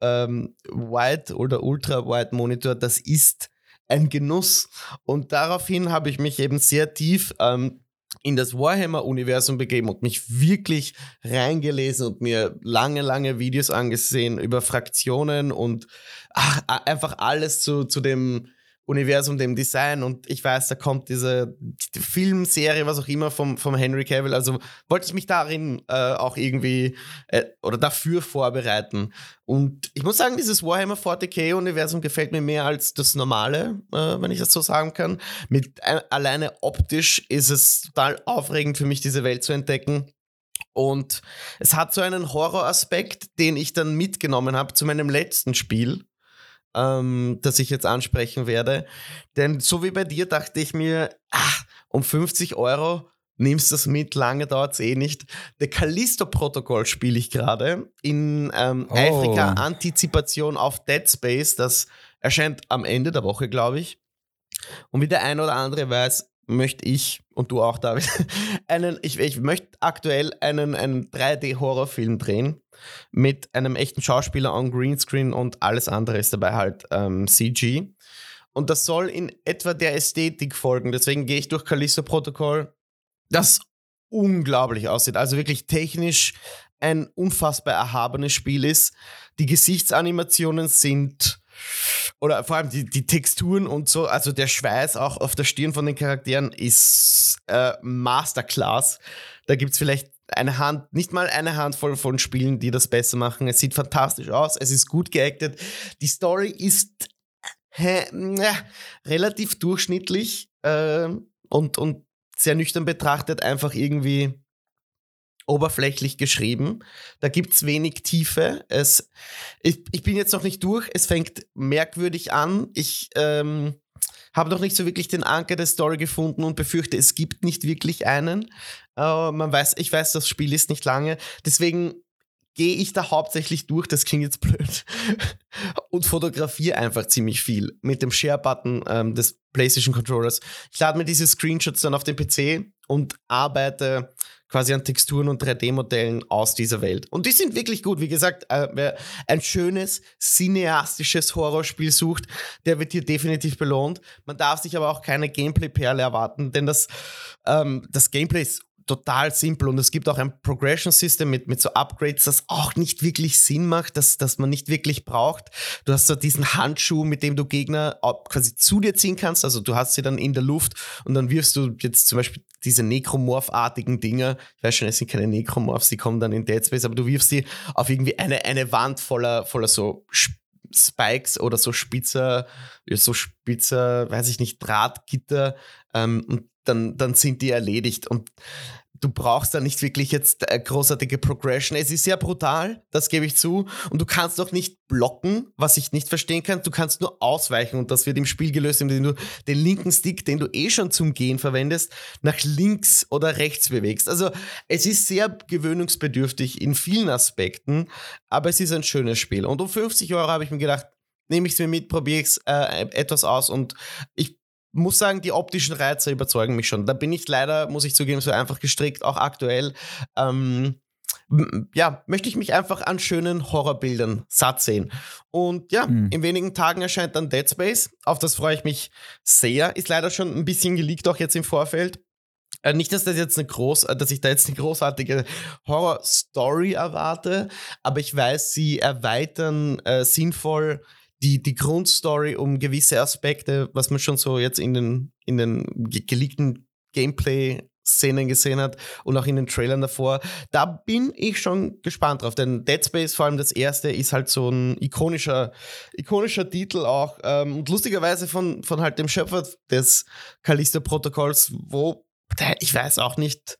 Wide oder Ultra Wide Monitor. Das ist ein Genuss. Und daraufhin habe ich mich eben sehr tief in das Warhammer-Universum begeben und mich wirklich reingelesen und mir lange Videos angesehen über Fraktionen und einfach alles zu dem Universum, dem Design. Und ich weiß, da kommt diese Filmserie, was auch immer, vom Henry Cavill. Also wollte ich mich darin auch irgendwie oder dafür vorbereiten. Und ich muss sagen, dieses Warhammer 40k-Universum gefällt mir mehr als das normale, wenn ich das so sagen kann. Alleine optisch ist es total aufregend für mich, diese Welt zu entdecken. Und es hat so einen Horroraspekt, den ich dann mitgenommen habe zu meinem letzten Spiel, das ich jetzt ansprechen werde. Denn so wie bei dir dachte ich mir, um 50 € nimmst du das mit, lange dauert es eh nicht. The Callisto-Protokoll spiele ich gerade in eifriger Antizipation auf Dead Space. Das erscheint am Ende der Woche, glaube ich. Und wie der ein oder andere weiß, möchte ich, und du auch, David, ich möchte aktuell einen 3D-Horrorfilm drehen mit einem echten Schauspieler on Greenscreen und alles andere ist dabei halt CG. Und das soll in etwa der Ästhetik folgen. Deswegen gehe ich durch Callisto-Protokoll, das unglaublich aussieht. Also wirklich technisch ein unfassbar erhabenes Spiel ist. Die Gesichtsanimationen sind, oder vor allem die Texturen und so, also der Schweiß auch auf der Stirn von den Charakteren ist Masterclass. Da gibt es vielleicht nicht mal eine Handvoll von Spielen, die das besser machen. Es sieht fantastisch aus, es ist gut geactet. Die Story ist relativ durchschnittlich und sehr nüchtern betrachtet einfach irgendwie oberflächlich geschrieben. Da gibt es wenig Tiefe. Ich bin jetzt noch nicht durch. Es fängt merkwürdig an. Ich habe noch nicht so wirklich den Anker der Story gefunden und befürchte, es gibt nicht wirklich einen. Ich weiß, das Spiel ist nicht lange. Deswegen gehe ich da hauptsächlich durch, das klingt jetzt blöd, und fotografiere einfach ziemlich viel mit dem Share-Button des PlayStation Controllers. Ich lade mir diese Screenshots dann auf den PC und arbeite quasi an Texturen und 3D-Modellen aus dieser Welt. Und die sind wirklich gut. Wie gesagt, wer ein schönes, cineastisches Horrorspiel sucht, der wird hier definitiv belohnt. Man darf sich aber auch keine Gameplay-Perle erwarten, denn das Gameplay ist total simpel und es gibt auch ein Progression-System mit so Upgrades, das auch nicht wirklich Sinn macht, das man nicht wirklich braucht. Du hast so diesen Handschuh, mit dem du Gegner quasi zu dir ziehen kannst, also du hast sie dann in der Luft und dann wirfst du jetzt zum Beispiel diese Necromorph-artigen Dinger, ich weiß schon, es sind keine Necromorphs, die kommen dann in Dead Space, aber du wirfst sie auf irgendwie eine Wand voller so Spikes oder so spitzer, weiß ich nicht, Drahtgitter, und dann sind die erledigt und du brauchst da nicht wirklich jetzt großartige Progression. Es ist sehr brutal, das gebe ich zu. Und du kannst doch nicht blocken, was ich nicht verstehen kann. Du kannst nur ausweichen und das wird im Spiel gelöst, indem du den linken Stick, den du schon zum Gehen verwendest, nach links oder rechts bewegst. Also es ist sehr gewöhnungsbedürftig in vielen Aspekten, aber es ist ein schönes Spiel. Und um 50 Euro habe ich mir gedacht, nehme ich es mir mit, probiere ich es etwas aus und ich muss sagen, die optischen Reize überzeugen mich schon. Da bin ich leider, muss ich zugeben, so einfach gestrickt, auch aktuell. Möchte ich mich einfach an schönen Horrorbildern satt sehen. Und in wenigen Tagen erscheint dann Dead Space. Auf das freue ich mich sehr. Ist leider schon ein bisschen geleakt, auch jetzt im Vorfeld. Nicht, dass ich da jetzt eine großartige Horror-Story erwarte, aber ich weiß, sie erweitern sinnvoll die Grundstory um gewisse Aspekte, was man schon so jetzt in den geleakten Gameplay-Szenen gesehen hat und auch in den Trailern davor. Da bin ich schon gespannt drauf, denn Dead Space, vor allem das erste, ist halt so ein ikonischer Titel auch und lustigerweise von halt dem Schöpfer des Callisto-Protokolls, wo, ich weiß auch nicht,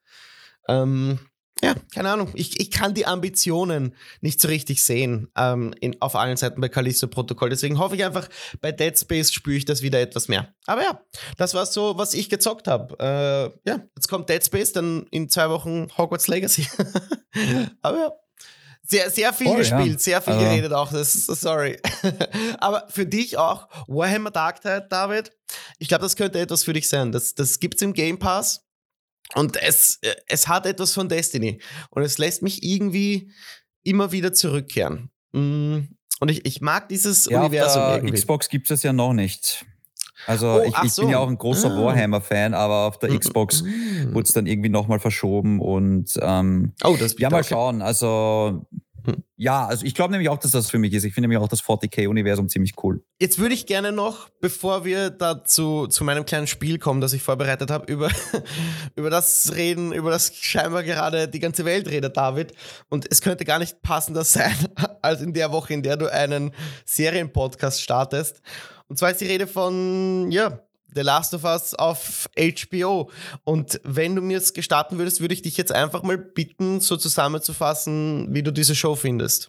keine Ahnung. Ich kann die Ambitionen nicht so richtig sehen auf allen Seiten bei Callisto-Protokoll. Deswegen hoffe ich einfach, bei Dead Space spüre ich das wieder etwas mehr. Aber ja, das war so, was ich gezockt habe. Jetzt kommt Dead Space, dann in 2 Wochen Hogwarts Legacy. Aber ja, sehr, sehr viel gespielt, sehr viel geredet auch. Sorry. Aber für dich auch Warhammer Dark Tide, David. Ich glaube, das könnte etwas für dich sein. Das gibt's im Game Pass. Und es hat etwas von Destiny. Und es lässt mich irgendwie immer wieder zurückkehren. Und ich mag dieses Universum auf der irgendwie. Xbox gibt es ja noch nicht. Also ich bin ja auch ein großer Warhammer-Fan, aber auf der Xbox wurde es dann irgendwie nochmal verschoben. Und das mal schauen. Also ich glaube nämlich auch, dass das für mich ist. Ich finde nämlich auch das 40k-Universum ziemlich cool. Jetzt würde ich gerne noch, bevor wir dazu zu meinem kleinen Spiel kommen, das ich vorbereitet habe, über das reden, über das scheinbar gerade die ganze Welt redet, David. Und es könnte gar nicht passender sein, als in der Woche, in der du einen Serienpodcast startest. Und zwar ist die Rede von, The Last of Us auf HBO. Und wenn du mir es gestatten würdest, würde ich dich jetzt einfach mal bitten, so zusammenzufassen, wie du diese Show findest.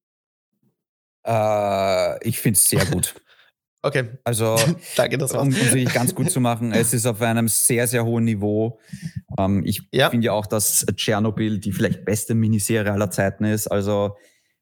Ich finde es sehr gut. Okay. Also, danke, das war's. Um es wirklich ganz gut zu machen, es ist auf einem sehr, sehr hohen Niveau. Ich finde ja auch, dass Tschernobyl die vielleicht beste Miniserie aller Zeiten ist. Also,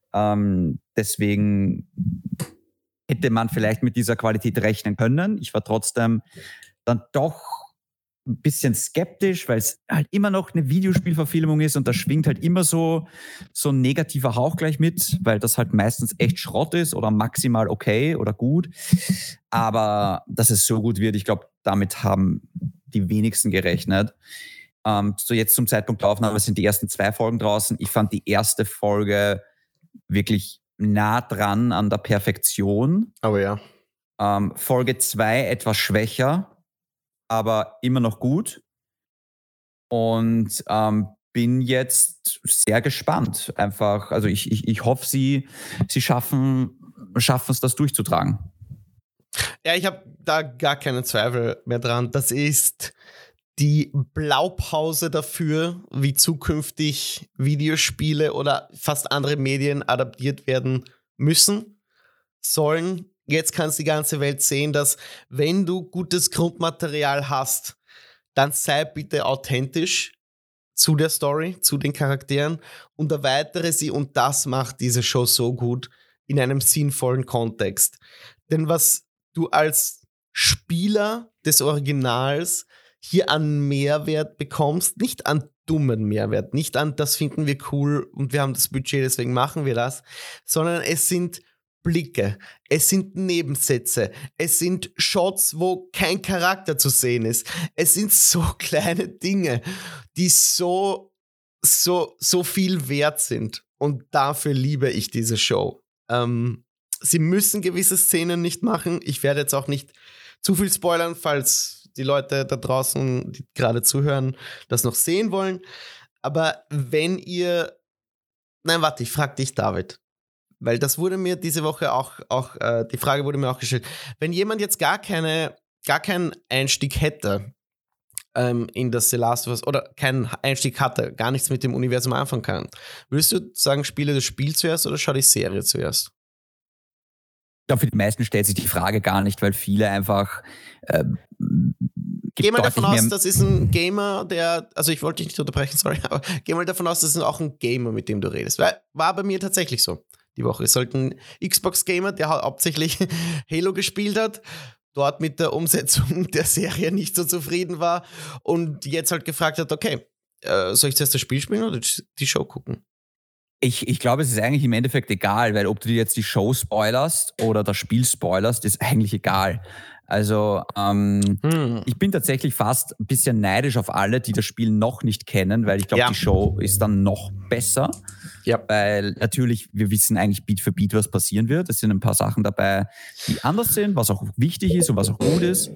deswegen hätte man vielleicht mit dieser Qualität rechnen können. Ich war trotzdem dann doch ein bisschen skeptisch, weil es halt immer noch eine Videospielverfilmung ist und da schwingt halt immer so ein negativer Hauch gleich mit, weil das halt meistens echt Schrott ist oder maximal okay oder gut. Aber dass es so gut wird, ich glaube, damit haben die wenigsten gerechnet. So jetzt zum Zeitpunkt der Aufnahme sind die ersten 2 Folgen draußen. Ich fand die erste Folge wirklich nah dran an der Perfektion. Aber ja. Folge 2 etwas schwächer, aber immer noch gut. Und bin jetzt sehr gespannt. Einfach, also ich hoffe, sie schaffen es, das durchzutragen. Ja, ich habe da gar keinen Zweifel mehr dran. Das ist die Blaupause dafür, wie zukünftig Videospiele oder fast andere Medien adaptiert werden müssen, sollen. Jetzt kannst du die ganze Welt sehen, dass wenn du gutes Grundmaterial hast, dann sei bitte authentisch zu der Story, zu den Charakteren und erweitere sie und das macht diese Show so gut in einem sinnvollen Kontext. Denn was du als Spieler des Originals hier an Mehrwert bekommst, nicht an dummen Mehrwert, nicht an das finden wir cool und wir haben das Budget, deswegen machen wir das, sondern es sind Blicke, es sind Nebensätze, es sind Shots, wo kein Charakter zu sehen ist. Es sind so kleine Dinge, die so viel wert sind und dafür liebe ich diese Show. Sie müssen gewisse Szenen nicht machen. Ich werde jetzt auch nicht zu viel spoilern, falls die Leute da draußen, die gerade zuhören, das noch sehen wollen. Aber wenn ihr... Nein, warte, ich frage dich, David. Weil das wurde mir diese Woche auch die Frage wurde mir auch gestellt. Wenn jemand jetzt gar keinen Einstieg hätte, in das The Last of Us oder keinen Einstieg hatte, gar nichts mit dem Universum anfangen kann. Würdest du sagen, spiele das Spiel zuerst oder schau die Serie zuerst? Ich glaube, für die meisten stellt sich die Frage gar nicht, weil viele einfach geh mal davon aus, das ist ein Gamer, also ich wollte dich nicht unterbrechen, sorry, aber geh mal davon aus, das ist auch ein Gamer, mit dem du redest. War bei mir tatsächlich so die Woche. Es ist halt ein Xbox-Gamer, der hauptsächlich Halo gespielt hat, dort mit der Umsetzung der Serie nicht so zufrieden war und jetzt halt gefragt hat, okay, soll ich zuerst das Spiel spielen oder die Show gucken? Ich glaube, es ist eigentlich im Endeffekt egal, weil ob du dir jetzt die Show spoilerst oder das Spiel spoilerst, ist eigentlich egal. Also ich bin tatsächlich fast ein bisschen neidisch auf alle, die das Spiel noch nicht kennen, weil ich glaube, die Show ist dann noch besser. Ja. Weil natürlich, wir wissen eigentlich Beat für Beat, was passieren wird. Es sind ein paar Sachen dabei, die anders sind, was auch wichtig ist und was auch gut ist.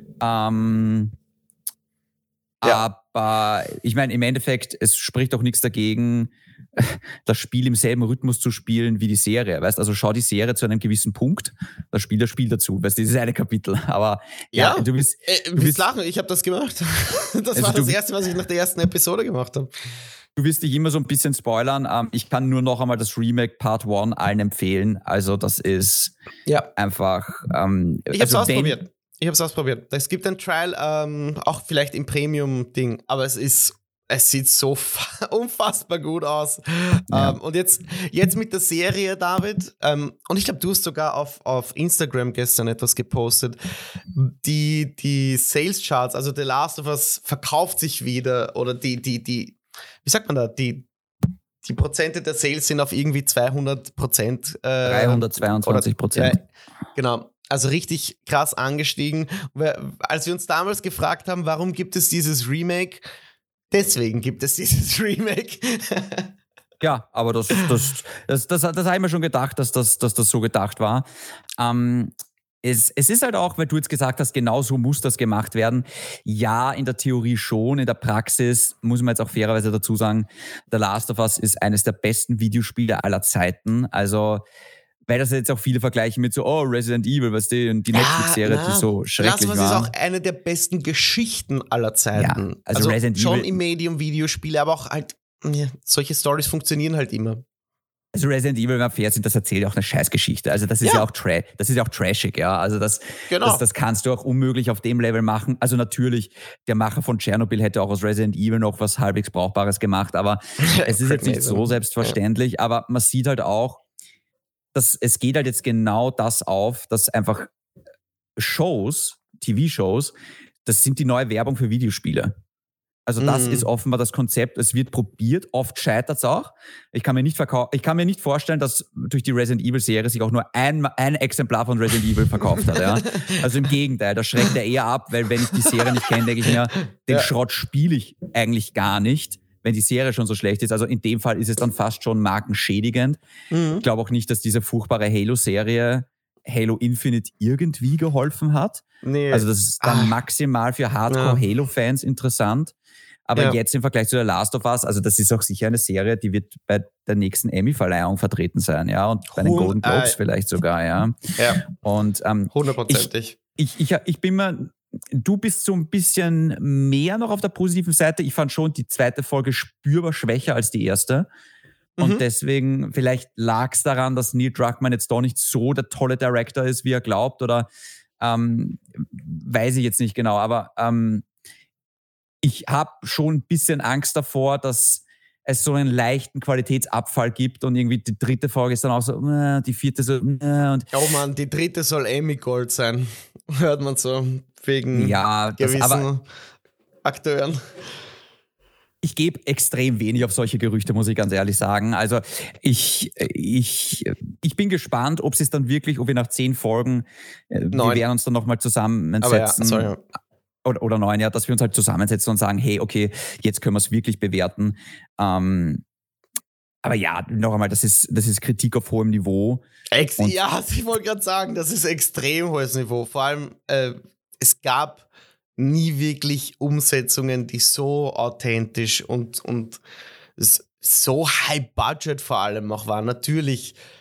Aber ich meine, im Endeffekt, es spricht auch nichts dagegen, das Spiel im selben Rhythmus zu spielen wie die Serie. Weißt, also schau die Serie zu einem gewissen Punkt, das Spiel dazu. Weißt, das ist eine Kapitel. Aber du willst lachen, ich habe das gemacht. Das war das Erste, was ich nach der ersten Episode gemacht habe. Du wirst dich immer so ein bisschen spoilern. Ich kann nur noch einmal das Remake Part 1 allen empfehlen. Also das ist einfach... ich habe es ausprobiert. Es gibt ein Trial, auch vielleicht im Premium-Ding, aber es sieht so unfassbar gut aus. Ja. Und jetzt mit der Serie, David, und ich glaube, du hast sogar auf Instagram gestern etwas gepostet, die Sales-Charts, also The Last of Us verkauft sich wieder, oder wie sagt man da, die Prozente der Sales sind auf irgendwie 200%. 322%. Genau. Also richtig krass angestiegen. Als wir uns damals gefragt haben, warum gibt es dieses Remake, deswegen gibt es dieses Remake. Ja, aber das habe ich mir schon gedacht, dass das so gedacht war. Es ist halt auch, weil du jetzt gesagt hast, genau so muss das gemacht werden. Ja, in der Theorie schon, in der Praxis muss man jetzt auch fairerweise dazu sagen, The Last of Us ist eines der besten Videospiele aller Zeiten. Also weil das jetzt auch viele vergleichen mit so, Resident Evil, weißt du, und die Netflix-Serie, die so schrecklich war. Das ist auch eine der besten Geschichten aller Zeiten. Ja, also Resident schon Evil, im Medium Videospiele, aber auch halt, solche Stories funktionieren halt immer. Also Resident Evil, wenn wir fair sind, das erzählt ja auch eine Scheißgeschichte. Also das ist ja auch trashig, ja. Also das kannst du auch unmöglich auf dem Level machen. Also natürlich, der Macher von Tschernobyl hätte auch aus Resident Evil noch was halbwegs Brauchbares gemacht, aber es ist jetzt nicht so selbstverständlich. Ja. Aber man sieht halt auch, es geht halt jetzt genau das auf, dass einfach TV-Shows, das sind die neue Werbung für Videospiele. Also das ist offenbar das Konzept. Es wird probiert, oft scheitert es auch. Ich kann mir nicht vorstellen, dass durch die Resident Evil-Serie sich auch nur ein Exemplar von Resident Evil verkauft hat. Ja? Also im Gegenteil, das schreckt er eher ab, weil wenn ich die Serie nicht kenne, denke ich mir, den Schrott spiele ich eigentlich gar nicht, wenn die Serie schon so schlecht ist. Also in dem Fall ist es dann fast schon markenschädigend. Ich glaube auch nicht, dass diese furchtbare Halo-Serie Halo Infinite irgendwie geholfen hat. Nee. Also das ist dann maximal für Hardcore-Halo-Fans interessant. Aber jetzt im Vergleich zu The Last of Us, also das ist auch sicher eine Serie, die wird bei der nächsten Emmy-Verleihung vertreten sein, ja, und bei den Golden Globes vielleicht sogar, ja. Und 100%. Ich bin mir, du bist so ein bisschen mehr noch auf der positiven Seite. Ich fand schon die zweite Folge spürbar schwächer als die erste. Und deswegen, vielleicht lag es daran, dass Neil Druckmann jetzt doch nicht so der tolle Director ist, wie er glaubt, oder weiß ich jetzt nicht genau, aber ich habe schon ein bisschen Angst davor, dass es so einen leichten Qualitätsabfall gibt und irgendwie die dritte Folge ist dann auch so, die vierte so, und oh Mann, die dritte soll Emmy Gold sein, hört man so, wegen gewissen Akteuren. Ich gebe extrem wenig auf solche Gerüchte, muss ich ganz ehrlich sagen. Also ich bin gespannt, ob es dann wirklich, ob wir nach 10 Folgen, wir werden uns dann nochmal zusammensetzen. Oder 9, dass wir uns halt zusammensetzen und sagen, hey, okay, jetzt können wir es wirklich bewerten. Aber ja, noch einmal, das ist Kritik auf hohem Niveau. Ich wollte gerade sagen, das ist extrem hohes Niveau. Vor allem, es gab nie wirklich Umsetzungen, die so authentisch und so high budget vor allem auch waren. Natürlich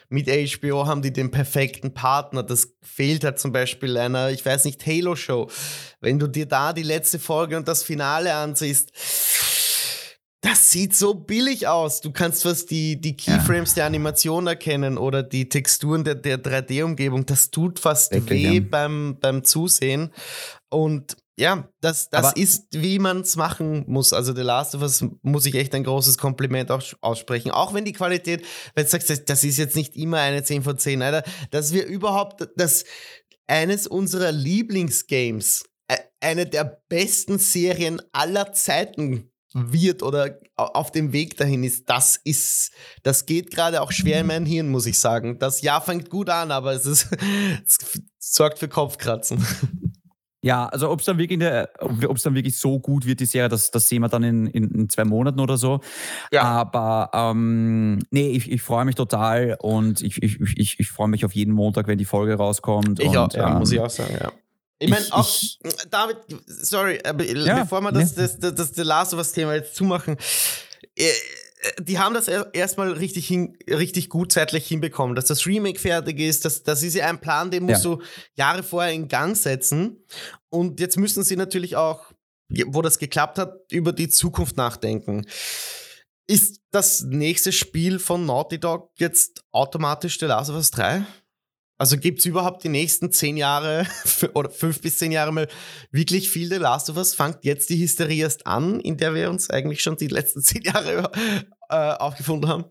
mit HBO haben die den perfekten Partner. Das fehlt halt zum Beispiel einer, ich weiß nicht, Halo-Show. Wenn du dir da die letzte Folge und das Finale ansiehst, das sieht so billig aus. Du kannst fast die Keyframes der Animation erkennen oder die Texturen der 3D-Umgebung. Das tut fast weh beim Zusehen. Und ja, das ist, wie man es machen muss. Also The Last of Us muss ich echt ein großes Kompliment aussprechen. Auch wenn die Qualität, wenn du sagst, das ist jetzt nicht immer eine 10 von 10, Alter, dass wir überhaupt eines unserer Lieblingsgames, eine der besten Serien aller Zeiten wird oder auf dem Weg dahin ist, das geht gerade auch schwer in mein Hirn, muss ich sagen. Das Jahr fängt gut an, aber es sorgt für Kopfkratzen. Ja, also ob es dann wirklich so gut wird, die Serie, das sehen wir dann in 2 Monaten oder so. Ja. Aber nee, ich freue mich total und ich freue mich auf jeden Montag, wenn die Folge rauskommt. Ich auch, muss ich auch sagen, ja. Ich meine, auch, David, sorry, aber bevor wir das The Last of Us Thema jetzt zumachen, die haben das erstmal richtig gut zeitlich hinbekommen, dass das Remake fertig ist, das ist ja ein Plan, den musst du Jahre vorher in Gang setzen und jetzt müssen sie natürlich auch, wo das geklappt hat, über die Zukunft nachdenken. Ist das nächste Spiel von Naughty Dog jetzt automatisch The Last of Us 3? Also gibt es überhaupt die nächsten 10 Jahre oder 5 bis 10 Jahre mal wirklich viel The Last of Us? Fängt jetzt die Hysterie erst an, in der wir uns eigentlich schon die letzten 10 Jahre aufgefunden haben?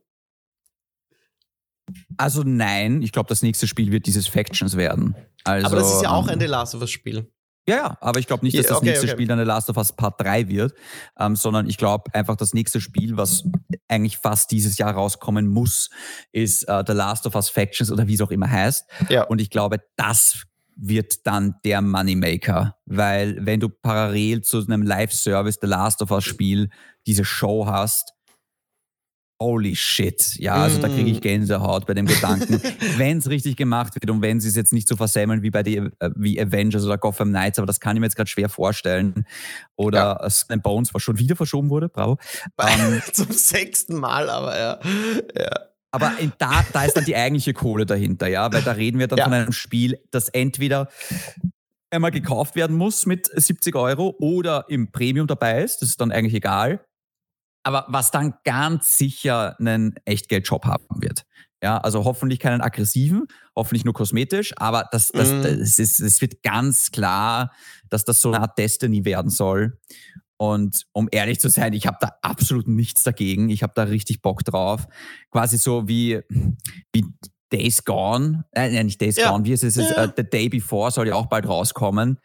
Also nein, ich glaube, das nächste Spiel wird dieses Factions werden. Also, aber das ist ja auch ein The Last of Us Spiel. Ja, aber ich glaube nicht, dass das nächste Spiel dann The Last of Us Part 3 wird, sondern ich glaube einfach, das nächste Spiel, was eigentlich fast dieses Jahr rauskommen muss, ist The Last of Us Factions oder wie es auch immer heißt. Ja. Und ich glaube, das wird dann der Moneymaker, weil wenn du parallel zu einem Live-Service The Last of Us Spiel diese Show hast, holy shit. Ja, also da kriege ich Gänsehaut bei dem Gedanken. Wenn es richtig gemacht wird und wenn sie es jetzt nicht so versemmeln wie Avengers oder Gotham Knights, aber das kann ich mir jetzt gerade schwer vorstellen. Oder Skull and Bones, was schon wieder verschoben wurde, bravo. Zum 6. Mal, aber ja. Aber da ist dann die eigentliche Kohle dahinter, ja, weil da reden wir dann von einem Spiel, das entweder einmal gekauft werden muss mit 70 € oder im Premium dabei ist, das ist dann eigentlich egal. Aber was dann ganz sicher einen Echtgeldjob haben wird. Ja, also hoffentlich keinen aggressiven, hoffentlich nur kosmetisch, aber das wird ganz klar, dass das so eine Art Destiny werden soll. Und um ehrlich zu sein, ich habe da absolut nichts dagegen. Ich habe da richtig Bock drauf. Quasi so wie Days Gone. Nicht Days Gone, wie ist es? The Day Before soll ja auch bald rauskommen.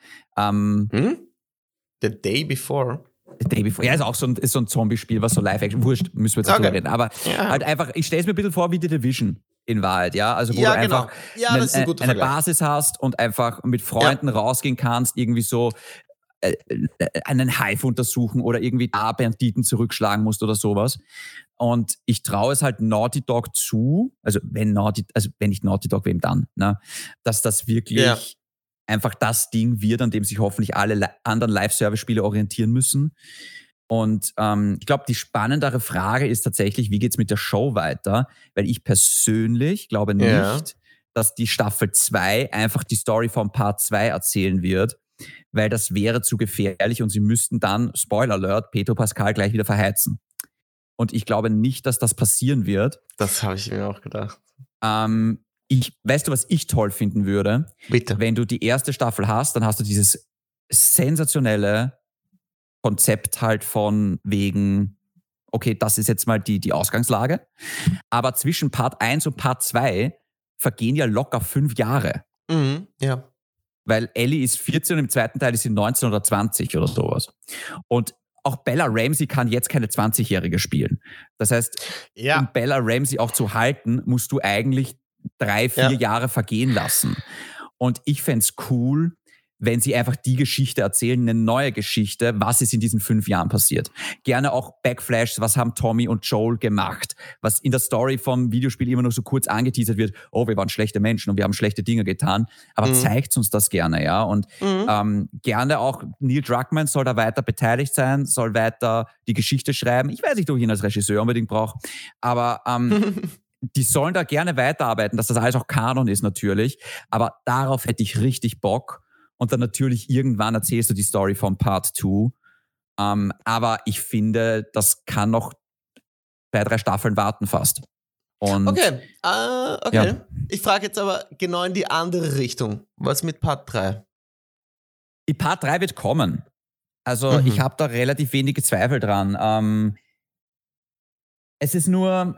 The Day Before? The Day Before. Ja, ist so ein Zombie-Spiel, was so Live-Action, wurscht, müssen wir jetzt drüber reden. Aber halt einfach, ich stelle es mir ein bisschen vor wie The Division in Wahrheit, ja. Also wo du einfach eine Basis hast und einfach mit Freunden rausgehen kannst, irgendwie so einen Hive untersuchen oder irgendwie da Banditen zurückschlagen musst oder sowas. Und ich traue es halt Naughty Dog zu, also wenn nicht Naughty Dog, wem dann, ne? Dass das wirklich einfach das Ding wird, an dem sich hoffentlich alle anderen Live-Service-Spiele orientieren müssen. Und ich glaube, die spannendere Frage ist tatsächlich, wie geht's mit der Show weiter? Weil ich persönlich glaube nicht, dass die Staffel 2 einfach die Story vom Part 2 erzählen wird, weil das wäre zu gefährlich und sie müssten dann, Spoiler Alert, Pedro Pascal gleich wieder verheizen. Und ich glaube nicht, dass das passieren wird. Das habe ich mir auch gedacht. Weißt du, was ich toll finden würde? Bitte. Wenn du die erste Staffel hast, dann hast du dieses sensationelle Konzept halt von wegen, okay, das ist jetzt mal die Ausgangslage. Aber zwischen Part 1 und Part 2 vergehen ja locker 5 Jahre. Mhm, ja. Weil Ellie ist 14 und im zweiten Teil ist sie 19 oder 20 oder sowas. Und auch Bella Ramsey kann jetzt keine 20-Jährige spielen. Das heißt, um Bella Ramsey auch zu halten, musst du eigentlich 3-4 Jahre vergehen lassen. Und ich fände es cool, wenn sie einfach die Geschichte erzählen, eine neue Geschichte, was ist in diesen 5 Jahren passiert. Gerne auch Backflash, was haben Tommy und Joel gemacht, was in der Story vom Videospiel immer nur so kurz angeteasert wird, oh, wir waren schlechte Menschen und wir haben schlechte Dinge getan, aber zeigt uns das gerne, ja, und gerne auch Neil Druckmann soll da weiter beteiligt sein, soll weiter die Geschichte schreiben. Ich weiß nicht, ob ich ihn als Regisseur unbedingt brauche, aber die sollen da gerne weiterarbeiten, dass das alles auch Kanon ist natürlich, aber darauf hätte ich richtig Bock und dann natürlich irgendwann erzählst du die Story von Part 2, aber ich finde, das kann noch 2-3 Staffeln warten fast. Und okay. Ja. Ich frage jetzt aber genau in die andere Richtung. Was mit Part 3? Die Part 3 wird kommen. Also ich habe da relativ wenige Zweifel dran. Es ist nur...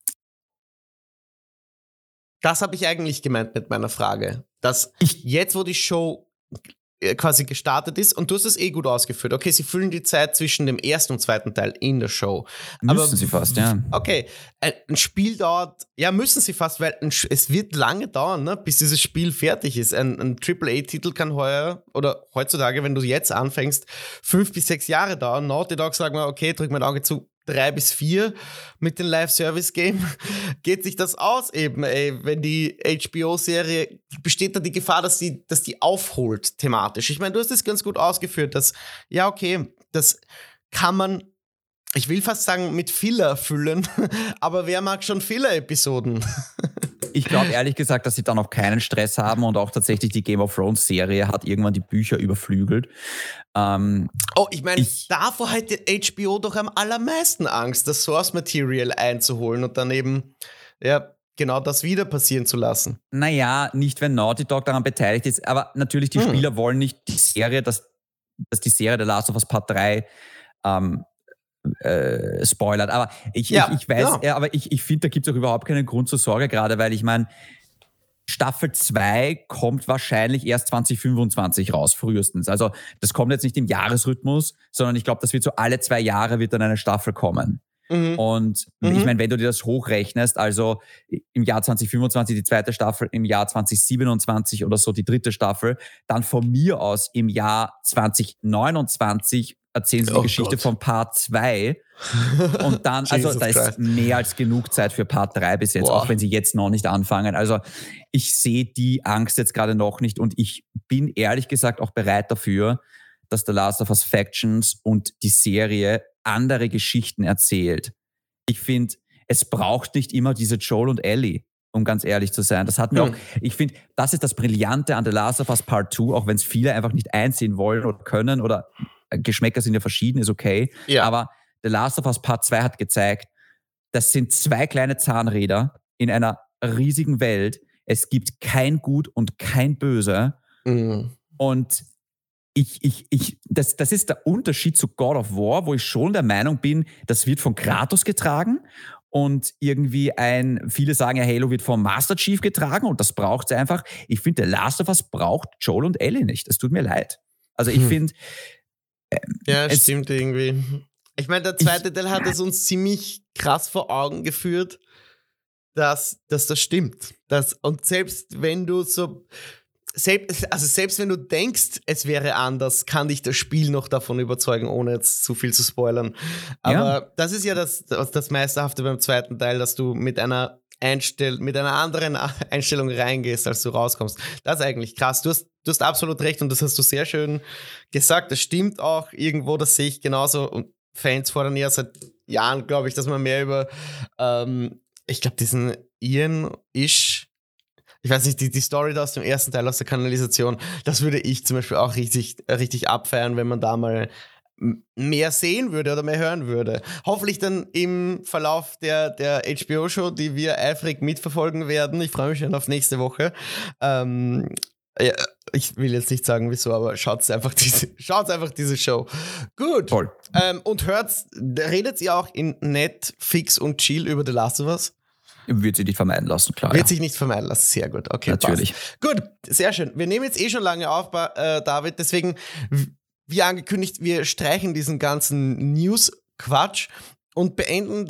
Das habe ich eigentlich gemeint mit meiner Frage. Dass jetzt, wo die Show quasi gestartet ist, und du hast es gut ausgeführt, okay, sie füllen die Zeit zwischen dem ersten und zweiten Teil in der Show. Müssen sie fast, ja. Okay, ein Spiel dauert, ja, müssen sie fast, weil es wird lange dauern, ne, bis dieses Spiel fertig ist. Ein AAA-Titel kann heutzutage, wenn du jetzt anfängst, 5 bis 6 Jahre dauern. Naughty Dog sagen wir, okay, drück mein Auge zu, 3 bis 4 mit dem Live-Service-Game. Geht sich das aus eben, wenn die HBO-Serie, besteht da die Gefahr, dass die aufholt thematisch? Ich meine, du hast es ganz gut ausgeführt, dass, ja, okay, das kann man, ich will fast sagen, mit Filler füllen, aber wer mag schon Filler-Episoden? Ich glaube ehrlich gesagt, dass sie dann auch keinen Stress haben und auch tatsächlich die Game of Thrones Serie hat irgendwann die Bücher überflügelt. Ich meine, davor hätte HBO doch am allermeisten Angst, das Source Material einzuholen und dann eben, ja, genau das wieder passieren zu lassen. Naja, nicht wenn Naughty Dog daran beteiligt ist, aber natürlich die Spieler wollen nicht die Serie, dass die Serie The Last of Us Part 3 spoilert. Aber ich weiß, ja. Aber ich finde, da gibt es auch überhaupt keinen Grund zur Sorge, gerade weil ich meine, Staffel 2 kommt wahrscheinlich erst 2025 raus, frühestens. Also das kommt jetzt nicht im Jahresrhythmus, sondern ich glaube, das wird so alle 2 Jahre wird dann eine Staffel kommen. Und ich meine, wenn du dir das hochrechnest, also im Jahr 2025 die zweite Staffel, im Jahr 2027 oder so die dritte Staffel, dann von mir aus im Jahr 2029 erzählen sie die Geschichte von Part 2 und dann, also da ist mehr als genug Zeit für Part 3 bis jetzt, auch wenn sie jetzt noch nicht anfangen. Also ich sehe die Angst jetzt gerade noch nicht und ich bin ehrlich gesagt auch bereit dafür, dass The Last of Us Factions und die Serie andere Geschichten erzählt. Ich finde, es braucht nicht immer diese Joel und Ellie, um ganz ehrlich zu sein. Das hat mir auch, ich finde, das ist das Brillante an The Last of Us Part 2, auch wenn es viele einfach nicht einsehen wollen oder können oder Geschmäcker sind ja verschieden, ist okay. Ja. Aber The Last of Us Part 2 hat gezeigt, das sind 2 kleine Zahnräder in einer riesigen Welt. Es gibt kein Gut und kein Böse. Und das ist der Unterschied zu God of War, wo ich schon der Meinung bin, das wird von Kratos getragen und irgendwie viele sagen ja, Halo wird vom Master Chief getragen und das braucht es einfach. Ich finde, The Last of Us braucht Joel und Ellie nicht. Es tut mir leid. Also ich finde... Ja, stimmt irgendwie. Ich meine, der zweite Teil hat es uns ziemlich krass vor Augen geführt, dass das stimmt. Und selbst wenn du selbst wenn du denkst, es wäre anders, kann dich das Spiel noch davon überzeugen, ohne jetzt zu viel zu spoilern. Aber das ist ja das Meisterhafte beim zweiten Teil, dass du mit einer anderen Einstellung reingehst, als du rauskommst. Das ist eigentlich krass. Du hast absolut recht und das hast du sehr schön gesagt. Das stimmt auch irgendwo, das sehe ich genauso. Und Fans fordern ja seit Jahren, glaube ich, dass man mehr über, ich glaube, diesen Ian Ish, ich weiß nicht, die Story da aus dem ersten Teil, aus der Kanalisation, das würde ich zum Beispiel auch richtig, richtig abfeiern, wenn man da mal mehr sehen würde oder mehr hören würde. Hoffentlich dann im Verlauf der HBO-Show, die wir eifrig mitverfolgen werden. Ich freue mich schon auf nächste Woche. Ja, ich will jetzt nicht sagen, wieso, aber schaut einfach diese Show. Gut. Toll. Und redet ihr auch in Nett, Fix und Chill über The Last of Us? Wird sich nicht vermeiden lassen, klar. Wird sich nicht vermeiden lassen, sehr gut. Okay, natürlich. Passt. Gut, sehr schön. Wir nehmen jetzt schon lange auf, David, deswegen, wie angekündigt, wir streichen diesen ganzen News-Quatsch und beenden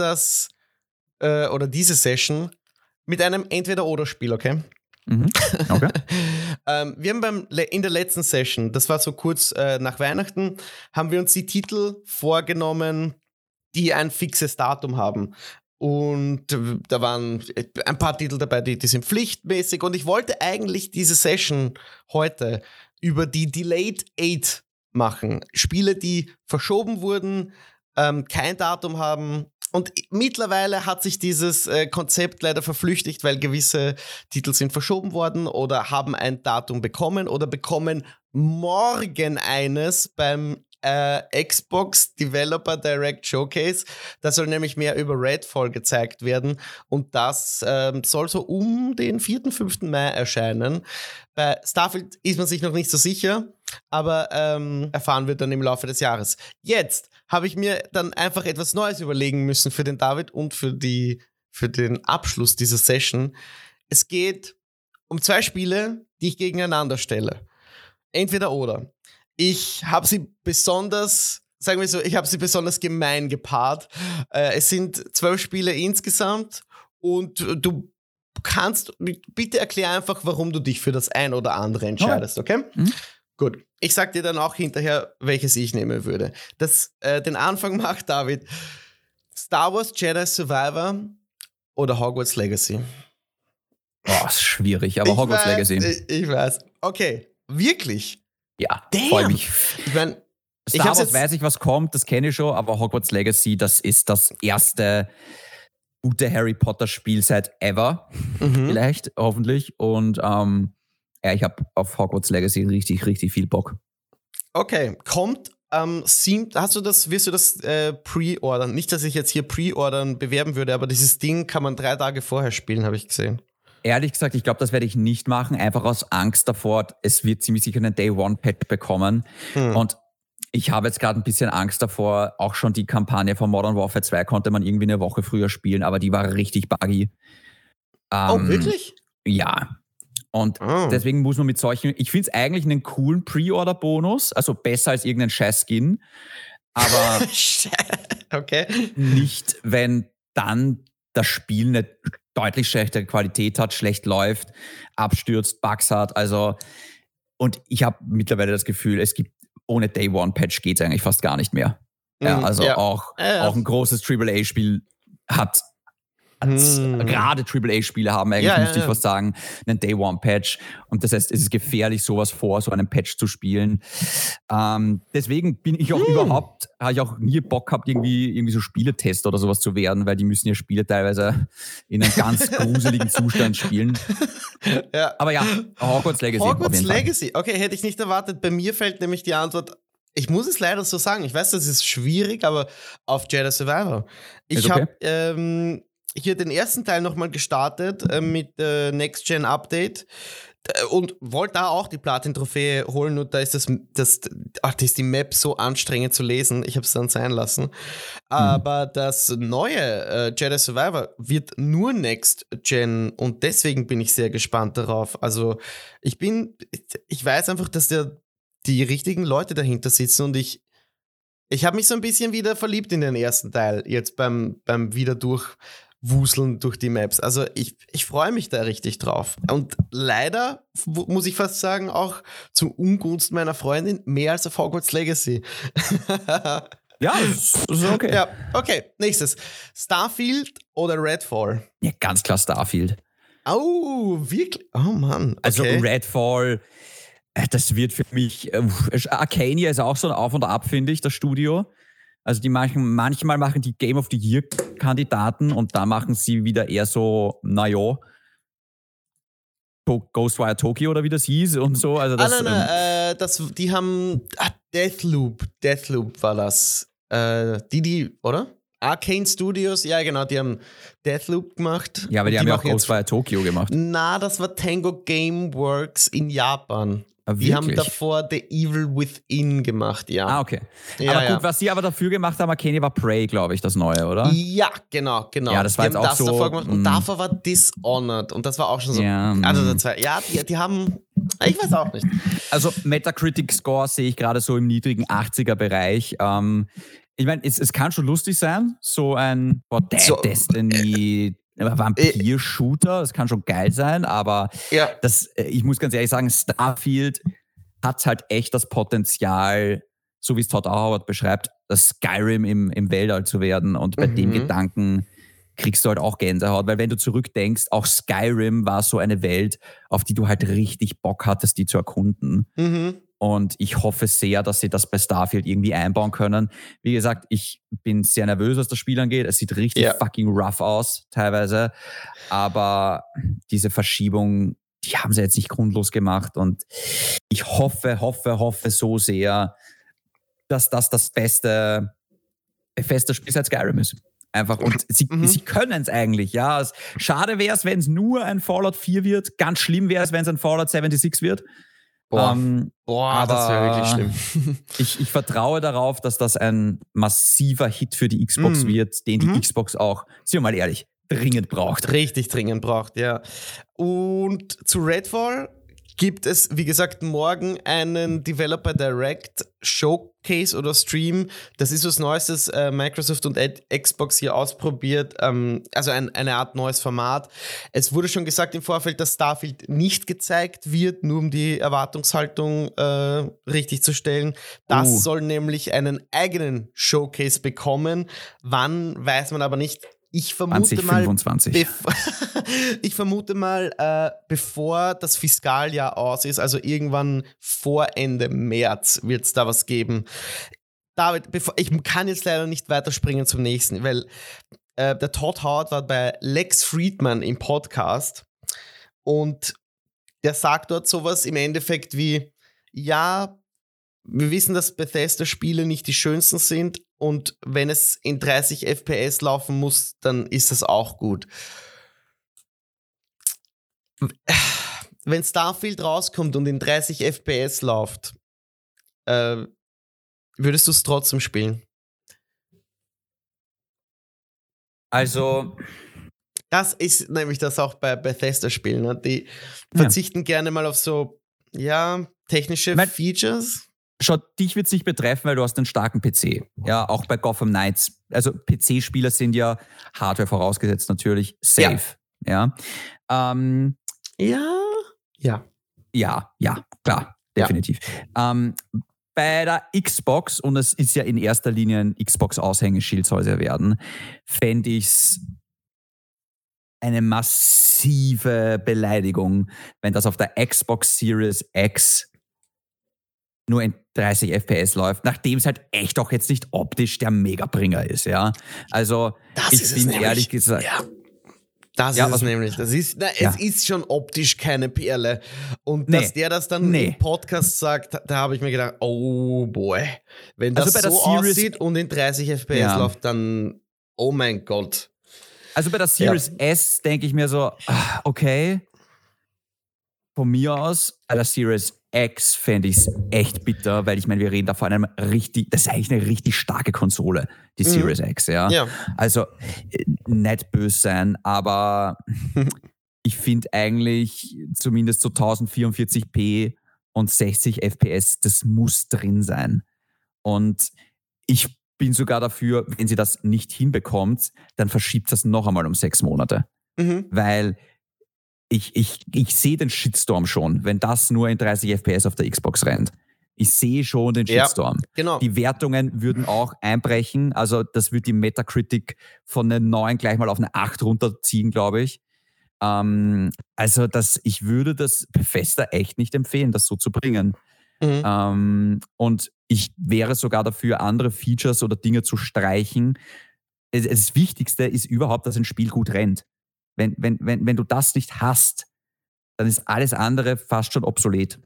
diese Session mit einem Entweder-Oder-Spiel, okay? Okay. Wir haben in der letzten Session, das war so kurz nach Weihnachten, haben wir uns die Titel vorgenommen, die ein fixes Datum haben. Und da waren ein paar Titel dabei, die sind pflichtmäßig. Und ich wollte eigentlich diese Session heute über die Delayed 8 machen. Spiele, die verschoben wurden, kein Datum haben, Und mittlerweile hat sich dieses Konzept leider verflüchtigt, weil gewisse Titel sind verschoben worden oder haben ein Datum bekommen oder bekommen morgen eines beim Xbox Developer Direct Showcase. Da soll nämlich mehr über Redfall gezeigt werden und das soll so um den 4., 5. Mai erscheinen. Bei Starfield ist man sich noch nicht so sicher, aber erfahren wir dann im Laufe des Jahres. Jetzt habe ich mir dann einfach etwas Neues überlegen müssen für den David und für den Abschluss dieser Session. Es geht um 2 Spiele, die ich gegeneinander stelle. Entweder oder. Ich habe sie besonders, sagen wir so, ich habe sie besonders gemein gepaart. Es sind 12 Spiele insgesamt und du kannst, bitte erklär einfach, warum du dich für das ein oder andere entscheidest, okay? Mhm. Gut, ich sag dir dann auch hinterher, welches ich nehmen würde. Den Anfang macht David. Star Wars Jedi Survivor oder Hogwarts Legacy? Boah, ist schwierig, aber Hogwarts Legacy. Ich weiß. Okay, wirklich? Ja, freue mich. Ich meine, Star Wars weiß ich, was kommt, das kenne ich schon, aber Hogwarts Legacy, das ist das erste gute Harry Potter Spiel seit ever, vielleicht, hoffentlich. Und ich habe auf Hogwarts Legacy richtig, richtig viel Bock. Okay, kommt wirst du das pre-ordern? Nicht, dass ich jetzt hier pre-ordern bewerben würde, aber dieses Ding kann man 3 Tage vorher spielen, habe ich gesehen. Ehrlich gesagt, ich glaube, das werde ich nicht machen, einfach aus Angst davor, es wird ziemlich sicher einen Day-One-Patch bekommen. Und ich habe jetzt gerade ein bisschen Angst davor, auch schon die Kampagne von Modern Warfare 2 konnte man irgendwie eine Woche früher spielen, aber die war richtig buggy. Oh, wirklich? Ja. Und deswegen muss man mit solchen, ich finde es eigentlich einen coolen Pre-Order-Bonus, also besser als irgendein Scheiß-Skin, aber okay. nicht, wenn dann das Spiel eine deutlich schlechtere Qualität hat, schlecht läuft, abstürzt, Bugs hat, also und ich habe mittlerweile das Gefühl, es gibt ohne Day-One-Patch geht es eigentlich fast gar nicht mehr. Ja, also auch ein großes AAA-Spiel hat gerade AAA-Spiele haben eigentlich, müsste ich fast sagen, einen Day-One-Patch. Und das heißt, es ist gefährlich, sowas vor so einem Patch zu spielen. Deswegen bin ich auch habe ich auch nie Bock gehabt, irgendwie so Spieletester oder sowas zu werden, weil die müssen ja Spiele teilweise in einem ganz gruseligen Zustand spielen. Ja. Aber ja, Hogwarts Legacy. Hogwarts Legacy, okay, hätte ich nicht erwartet. Bei mir fällt nämlich die Antwort, ich muss es leider so sagen, ich weiß, das ist schwierig, aber auf Jedi Survivor. Ich habe hier den ersten Teil nochmal gestartet mit Next-Gen-Update und wollte da auch die Platin-Trophäe holen und da ist da ist die Map so anstrengend zu lesen, ich habe es dann sein lassen. Aber das neue Jedi Survivor wird nur Next-Gen und deswegen bin ich sehr gespannt darauf. Also ich weiß einfach, dass die richtigen Leute dahinter sitzen und ich habe mich so ein bisschen wieder verliebt in den ersten Teil, jetzt beim wieder durchwuseln durch die Maps. Also ich freue mich da richtig drauf. Und leider, muss ich fast sagen, auch zum Ungunsten meiner Freundin mehr als auf Hogwarts Legacy. Ja, ist okay. Ja, okay, nächstes. Starfield oder Redfall? Ja, ganz klar Starfield. Oh, wirklich? Oh Mann. Okay. Also Redfall, das wird für mich, Arcania ist auch so ein Auf und Ab, finde ich, das Studio. Also manchmal machen die Game of the Year Kandidaten und da machen sie wieder eher so, Ghostwire Tokyo oder wie das hieß und so. Also die haben Deathloop war das. Oder? Arcane Studios, ja genau, die haben Deathloop gemacht. Ja, aber die haben ja auch Ghostwire Tokyo gemacht. Na, das war Tango Gameworks in Japan. Die haben davor The Evil Within gemacht, ja. Ah, okay. Ja, aber gut, was sie aber dafür gemacht haben, Arcane war Prey, glaube ich, das Neue, oder? Ja, genau. Ja, das war jetzt auch so. Davor gemacht. Und davor war Dishonored. Und das war auch schon so. Ja, also die haben. Ich weiß auch nicht. Also Metacritic-Score sehe ich gerade so im niedrigen 80er-Bereich. Ich meine, es kann schon lustig sein, so ein Destiny. Vampir-Shooter, das kann schon geil sein, aber ich muss ganz ehrlich sagen, Starfield hat halt echt das Potenzial, so wie es Todd Howard beschreibt, das Skyrim im Weltall zu werden und bei dem Gedanken kriegst du halt auch Gänsehaut, weil wenn du zurückdenkst, auch Skyrim war so eine Welt, auf die du halt richtig Bock hattest, die zu erkunden. Und ich hoffe sehr, dass sie das bei Starfield irgendwie einbauen können. Wie gesagt, ich bin sehr nervös, was das Spiel angeht. Es sieht richtig fucking rough aus, teilweise. Aber diese Verschiebung, die haben sie jetzt nicht grundlos gemacht. Und ich hoffe so sehr, dass das beste Spiel seit Skyrim ist. Einfach. Und sie können es eigentlich, ja. Schade wäre es, wenn es nur ein Fallout 4 wird. Ganz schlimm wäre es, wenn es ein Fallout 76 wird. Aber das wäre wirklich schlimm. Ich vertraue darauf, dass das ein massiver Hit für die Xbox wird, den die Xbox auch, sind wir mal ehrlich, dringend braucht. Richtig dringend braucht, ja. Und zu Redfall gibt es, wie gesagt, morgen einen Developer Direct Showcase oder Stream. Das ist was Neues, das Microsoft und Xbox hier ausprobiert. Also eine Art neues Format. Es wurde schon gesagt im Vorfeld, dass Starfield nicht gezeigt wird, nur um die Erwartungshaltung richtig zu stellen. Das soll nämlich einen eigenen Showcase bekommen. Wann, weiß man aber nicht. Ich vermute 2025. Bevor das Fiskaljahr aus ist, also irgendwann vor Ende März wird es da was geben. David, ich kann jetzt leider nicht weiterspringen zum nächsten, weil der Todd Howard war bei Lex Friedman im Podcast und der sagt dort sowas im Endeffekt wie, ja, wir wissen, dass Bethesda-Spiele nicht die schönsten sind und wenn es in 30 FPS laufen muss, dann ist das auch gut. Wenn Starfield rauskommt und in 30 FPS läuft, würdest du es trotzdem spielen? Also, das ist nämlich das auch bei Bethesda-Spielen. Ne? Die verzichten gerne mal auf so, technische Features. Schau, dich wird es nicht betreffen, weil du hast einen starken PC. Ja, auch bei Gotham Knights. Also PC-Spieler sind ja Hardware vorausgesetzt natürlich safe. Ja, klar, definitiv. Bei der Xbox, und es ist ja in erster Linie ein Xbox-Aushängeschild, soll es ja werden, fände ich es eine massive Beleidigung, wenn das auf der Xbox Series X nur in 30 FPS läuft, nachdem es halt echt auch jetzt nicht optisch der Megabringer ist, ja. Also, ich finde ehrlich gesagt... Ja. Das ist es nämlich. Es ist schon optisch keine Perle. Und dass der das dann im Podcast sagt, da habe ich mir gedacht, oh boy. Wenn das so aussieht und in 30 FPS läuft, dann, oh mein Gott. Also bei der Series S denke ich mir so, okay, von mir aus, bei der Series X fände ich es echt bitter, weil ich meine, wir reden da von das ist eigentlich eine richtig starke Konsole, die Series X, ja. Also nicht böse sein, aber ich finde eigentlich zumindest so 1044p und 60 FPS, das muss drin sein. Und ich bin sogar dafür, wenn sie das nicht hinbekommt, dann verschiebt das noch einmal um 6 Monate. Weil ich sehe den Shitstorm schon, wenn das nur in 30 FPS auf der Xbox rennt. Ich sehe schon den Shitstorm. Genau. Die Wertungen würden auch einbrechen. Also das wird die Metacritic von einer 9 gleich mal auf eine 8 runterziehen, glaube ich. Also ich würde das Bethesda echt nicht empfehlen, das so zu bringen. Und ich wäre sogar dafür, andere Features oder Dinge zu streichen. Das Wichtigste ist überhaupt, dass ein Spiel gut rennt. Wenn du das nicht hast, dann ist alles andere fast schon obsolet.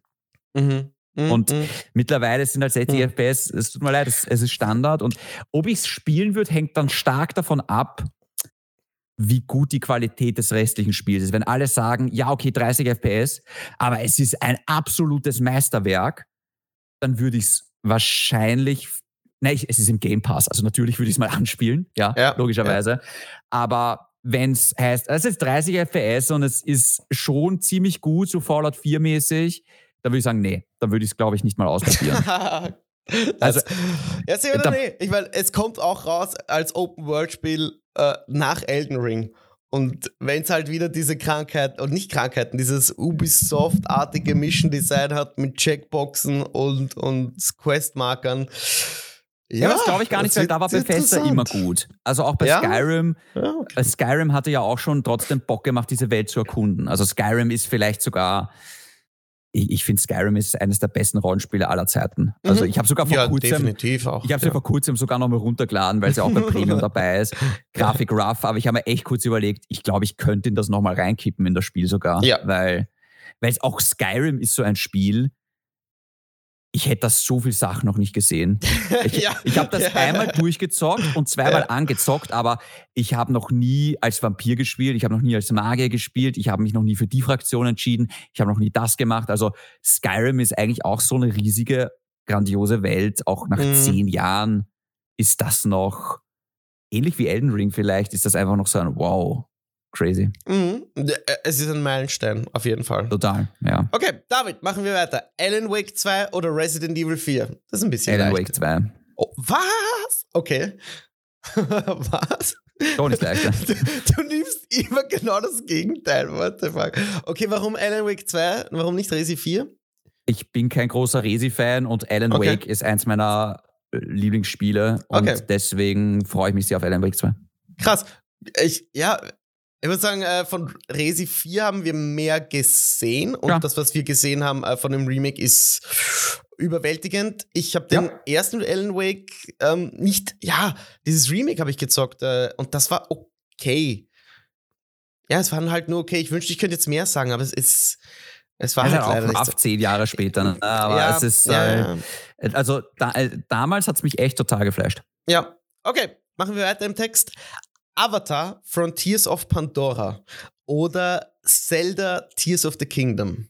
Und mittlerweile sind halt 60 FPS, es tut mir leid, es ist Standard. Und ob ich es spielen würde, hängt dann stark davon ab, wie gut die Qualität des restlichen Spiels ist. Wenn alle sagen, ja, okay, 30 FPS, aber es ist ein absolutes Meisterwerk, dann würde ich es wahrscheinlich... es ist im Game Pass, also natürlich würde ich es mal anspielen, logischerweise. Ja. Aber wenn es heißt, es ist 30 FPS und es ist schon ziemlich gut, so Fallout 4 mäßig, dann würde ich sagen, nee, dann würde ich es, glaube ich, nicht mal ausprobieren. Ich meine, es kommt auch raus als Open-World-Spiel nach Elden Ring. Und wenn es halt wieder diese dieses Ubisoft-artige Mission Design hat mit Checkboxen und Questmarkern, Ja, das glaube ich gar nicht, weil da war Bethesda immer gut. Also auch bei Skyrim. Ja, okay. Skyrim hatte ja auch schon trotzdem Bock gemacht, diese Welt zu erkunden. Also Skyrim ist vielleicht sogar, ich finde Skyrim ist eines der besten Rollenspiele aller Zeiten. Also ich habe sogar vor kurzem, definitiv auch. Ich habe sie vor kurzem sogar noch mal runtergeladen, weil sie auch bei Premium dabei ist. Grafik rough, aber ich habe mir echt kurz überlegt, ich glaube, ich könnte in das nochmal reinkippen in das Spiel sogar. Ja. Weil es auch Skyrim ist so ein Spiel, ich hätte das so viel Sachen noch nicht gesehen. Ich habe das einmal durchgezockt und zweimal angezockt, aber ich habe noch nie als Vampir gespielt, ich habe noch nie als Magier gespielt, ich habe mich noch nie für die Fraktion entschieden, ich habe noch nie das gemacht. Also Skyrim ist eigentlich auch so eine riesige, grandiose Welt. Auch nach 10 Jahren ist das noch, ähnlich wie Elden Ring vielleicht, ist das einfach noch so ein Wow. Crazy. Es ist ein Meilenstein, auf jeden Fall. Total, ja. Okay, David, machen wir weiter. Alan Wake 2 oder Resident Evil 4? Das ist ein bisschen Alan leicht. Wake 2. Oh, was? Okay. Was? Schon ist leichter. Du nimmst immer genau das Gegenteil. What the fuck? Okay, warum Alan Wake 2? Warum nicht Resi 4? Ich bin kein großer Resi-Fan und Alan Wake ist eins meiner Lieblingsspiele und deswegen freue ich mich sehr auf Alan Wake 2. Krass. Ich würde sagen, von Resi 4 haben wir mehr gesehen und das, was wir gesehen haben von dem Remake, ist überwältigend. Ich habe den ersten Alan Wake dieses Remake habe ich gezockt und das war okay. Ja, es waren halt nur okay. Ich wünschte, ich könnte jetzt mehr sagen, aber es war halt auch leider nicht so. 10 Jahre später. Ne? Aber es ist, also damals hat es mich echt total geflasht. Ja, okay, machen wir weiter im Text. Avatar, Frontiers of Pandora oder Zelda, Tears of the Kingdom?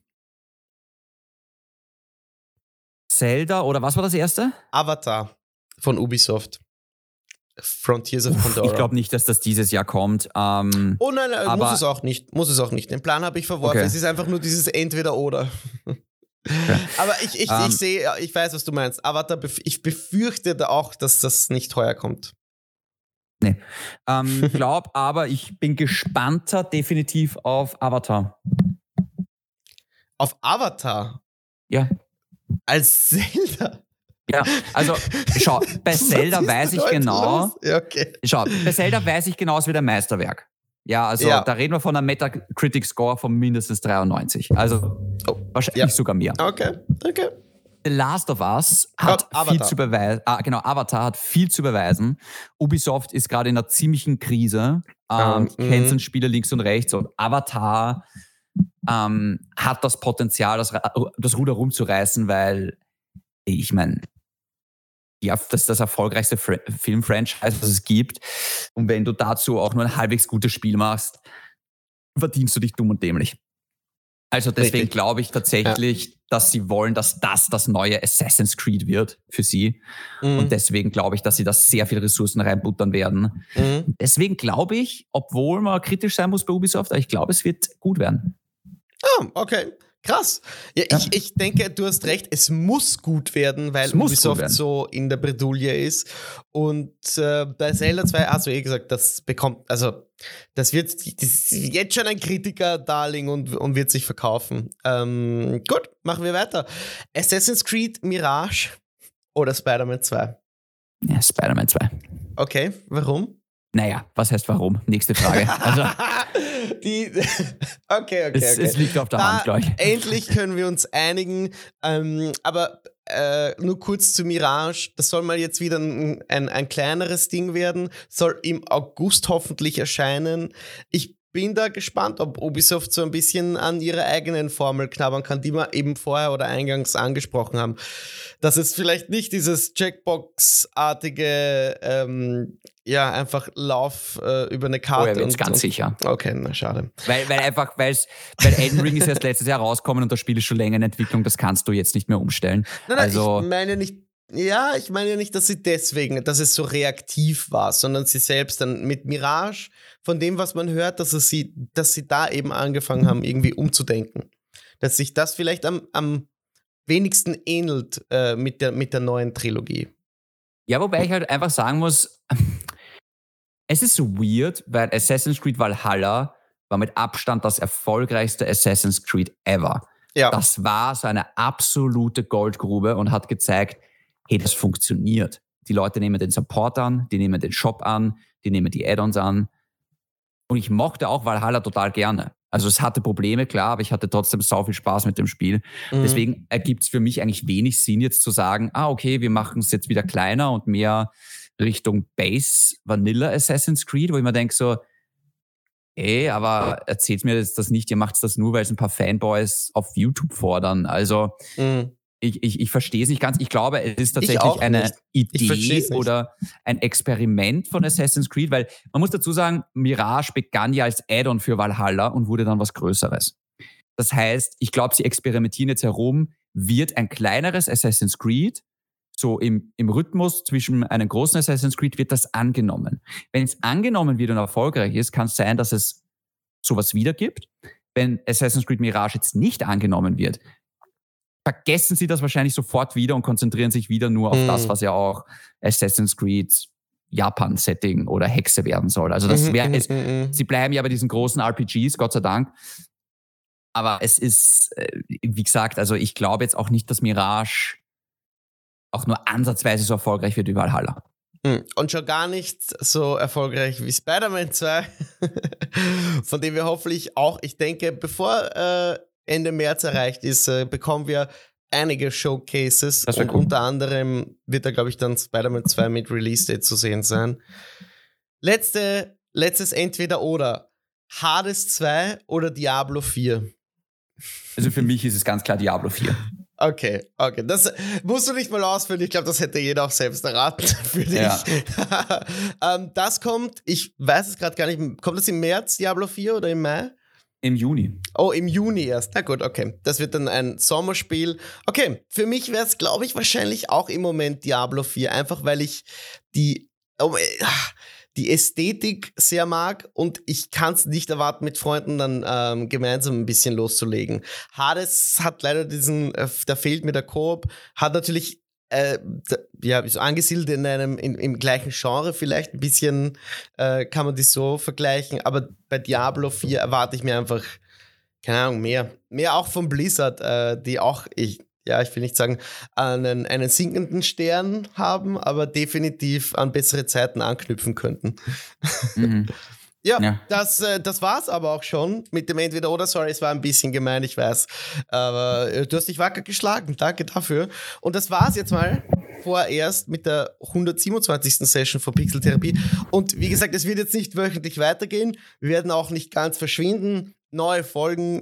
Zelda oder was war das erste? Avatar von Ubisoft. Frontiers of Pandora. Ich glaube nicht, dass das dieses Jahr kommt. Nein, muss es auch nicht. Den Plan habe ich verworfen. Okay. Es ist einfach nur dieses Entweder-Oder. Okay. Aber ich weiß, was du meinst. Avatar, ich befürchte da auch, dass das nicht heuer kommt. Nee. Aber ich bin gespannter definitiv auf Avatar. Auf Avatar? Ja. Als Zelda? Ja, also schau, bei Zelda weiß ich genau. Ja, okay. Schau, bei Zelda weiß ich genau, es wird ein Meisterwerk. Ja, also da reden wir von einem Metacritic-Score von mindestens 93. Also wahrscheinlich sogar mehr. Okay. The Last of Us hat viel zu beweisen. Avatar hat viel zu beweisen. Ubisoft ist gerade in einer ziemlichen Krise. Canceln Spiele links und rechts und Avatar hat das Potenzial, das Ruder rumzureißen, weil ich meine, das ist das erfolgreichste Film-Franchise, das es gibt. Und wenn du dazu auch nur ein halbwegs gutes Spiel machst, verdienst du dich dumm und dämlich. Also deswegen glaube ich tatsächlich, dass sie wollen, dass das neue Assassin's Creed wird für sie. Und deswegen glaube ich, dass sie da sehr viel Ressourcen reinbuttern werden. Deswegen glaube ich, obwohl man kritisch sein muss bei Ubisoft, aber ich glaube, es wird gut werden. Okay. Krass. Ja, ich denke, du hast recht, es muss gut werden, weil Ubisoft so in der Bredouille ist. Und bei Zelda 2 hast du gesagt, das ist jetzt schon ein Kritiker-Darling und wird sich verkaufen. Gut, machen wir weiter. Assassin's Creed Mirage oder Spider-Man 2? Ja, Spider-Man 2. Okay, warum? Naja, was heißt warum? Nächste Frage. Also, okay. Es liegt auf der Hand, glaube ich. Endlich können wir uns einigen. Aber nur kurz zu Mirage. Das soll mal jetzt wieder ein kleineres Ding werden. Soll im August hoffentlich erscheinen. Ich bin da gespannt, ob Ubisoft so ein bisschen an ihrer eigenen Formel knabbern kann, die wir eben vorher oder eingangs angesprochen haben. Dass es vielleicht nicht dieses Checkbox-artige, einfach Lauf über eine Karte. Oh ja, ganz sicher. Okay, na schade. Weil Elden Ring ist erst letztes Jahr rausgekommen und das Spiel ist schon länger in Entwicklung, das kannst du jetzt nicht mehr umstellen. Nein, ich meine nicht, dass es so reaktiv war, sondern sie selbst dann mit Mirage, von dem, was man hört, dass sie da eben angefangen haben, irgendwie umzudenken. Dass sich das vielleicht am wenigsten ähnelt mit der neuen Trilogie. Ja, wobei ich halt einfach sagen muss, es ist so weird, weil Assassin's Creed Valhalla war mit Abstand das erfolgreichste Assassin's Creed ever. Ja. Das war so eine absolute Goldgrube und hat gezeigt, hey, das funktioniert. die Leute nehmen den Support an, die nehmen den Shop an, die nehmen die Add-ons an. Und ich mochte auch Valhalla total gerne. Also es hatte Probleme, klar, aber ich hatte trotzdem sau viel Spaß mit dem Spiel. Deswegen ergibt es für mich eigentlich wenig Sinn, jetzt zu sagen, okay, wir machen es jetzt wieder kleiner und mehr Richtung Base Vanilla Assassin's Creed, wo ich mir denke so, aber erzählt mir das nicht, ihr macht das nur, weil es ein paar Fanboys auf YouTube fordern. Also ich verstehe es nicht ganz. Ich glaube, es ist tatsächlich eine Idee oder ein Experiment von Assassin's Creed, weil man muss dazu sagen, Mirage begann ja als Add-on für Valhalla und wurde dann was Größeres. Das heißt, ich glaube, sie experimentieren jetzt herum, wird ein kleineres Assassin's Creed, so im Rhythmus zwischen einem großen Assassin's Creed, wird das angenommen. Wenn es angenommen wird und erfolgreich ist, kann es sein, dass es sowas wieder gibt. Wenn Assassin's Creed Mirage jetzt nicht angenommen wird, vergessen sie das wahrscheinlich sofort wieder und konzentrieren sich wieder nur auf das, was ja auch Assassin's Creed Japan-Setting oder Hexe werden soll. Also das wäre es. Sie bleiben ja bei diesen großen RPGs, Gott sei Dank. Aber es ist, wie gesagt, also ich glaube jetzt auch nicht, dass Mirage auch nur ansatzweise so erfolgreich wird wie Valhalla. Und schon gar nicht so erfolgreich wie Spider-Man 2, von dem wir hoffentlich auch, ich denke, bevor Ende März erreicht ist, bekommen wir einige Showcases und cool. Unter anderem wird da, glaube ich, dann Spider-Man 2 mit Release-Date zu sehen sein. Letztes Entweder-Oder. Hades 2 oder Diablo 4? Also für mich ist es ganz klar Diablo 4. Okay. Das musst du nicht mal ausführen. Ich glaube, das hätte jeder auch selbst erraten für dich. Ja. Das kommt, ich weiß es gerade gar nicht, kommt das im März, Diablo 4 oder im Mai? Im Juni. Oh, im Juni erst. Na gut, okay. Das wird dann ein Sommerspiel. Okay, für mich wäre es, glaube ich, wahrscheinlich auch im Moment Diablo 4. Einfach, weil ich die Ästhetik sehr mag und ich kann es nicht erwarten, mit Freunden dann gemeinsam ein bisschen loszulegen. Hades hat leider da fehlt mir der Koop, hat natürlich so angesiedelt im gleichen Genre vielleicht ein bisschen, kann man die so vergleichen, aber bei Diablo 4 erwarte ich mir einfach, keine Ahnung, mehr auch von Blizzard, die auch, ich will nicht sagen, einen sinkenden Stern haben, aber definitiv an bessere Zeiten anknüpfen könnten. Ja, das war's aber auch schon mit dem Entweder-Oder. Sorry, es war ein bisschen gemein, ich weiß. Aber du hast dich wacker geschlagen. Danke dafür. Und das war's jetzt mal vorerst mit der 127. Session von Pixeltherapie. Und wie gesagt, es wird jetzt nicht wöchentlich weitergehen. Wir werden auch nicht ganz verschwinden. Neue Folgen,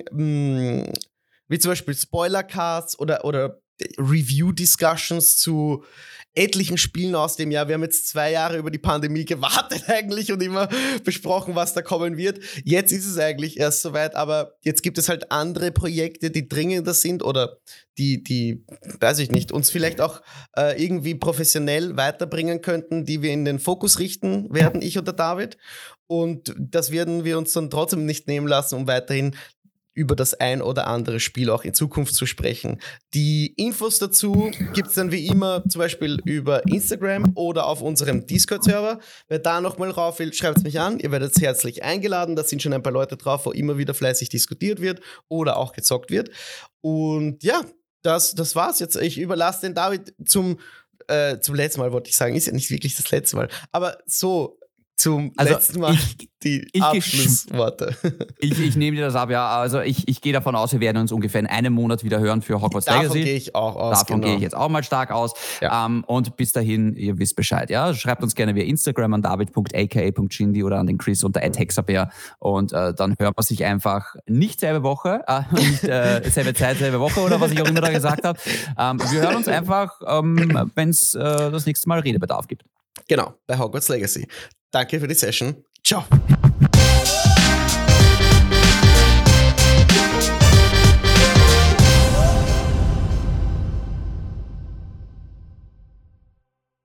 wie zum Beispiel Spoilercasts oder Review-Discussions zu etlichen Spielen aus dem Jahr. Wir haben jetzt 2 Jahre über die Pandemie gewartet eigentlich und immer besprochen, was da kommen wird. Jetzt ist es eigentlich erst soweit, aber jetzt gibt es halt andere Projekte, die dringender sind oder die weiß ich nicht, uns vielleicht auch irgendwie professionell weiterbringen könnten, die wir in den Fokus richten werden, ich und der David. Und das werden wir uns dann trotzdem nicht nehmen lassen, um weiterhin über das ein oder andere Spiel auch in Zukunft zu sprechen. Die Infos dazu gibt es dann wie immer zum Beispiel über Instagram oder auf unserem Discord-Server. Wer da nochmal rauf will, schreibt es mich an. Ihr werdet herzlich eingeladen. Da sind schon ein paar Leute drauf, wo immer wieder fleißig diskutiert wird oder auch gezockt wird. Und ja, das war's jetzt. Ich überlasse den David zum letzten Mal, wollte ich sagen. Ist ja nicht wirklich das letzte Mal. Aber so zum letzten Mal die Abschlussworte. Ich nehme dir das ab, ja. Also ich gehe davon aus, wir werden uns ungefähr in einem Monat wieder hören für Hogwarts Legacy. Davon gehe ich auch aus. Davon gehe ich jetzt auch mal stark aus. Ja. Und bis dahin, ihr wisst Bescheid. Ja? Schreibt uns gerne via Instagram an david.aka.chindi oder an den Chris unter @hexabear. Und dann hört man sich einfach nicht selbe Woche, nicht selbe Zeit, selbe Woche oder was ich auch immer da gesagt habe. Wir hören uns einfach, wenn es das nächste Mal Redebedarf gibt. Genau, bei Hogwarts Legacy. Danke für die Session. Ciao.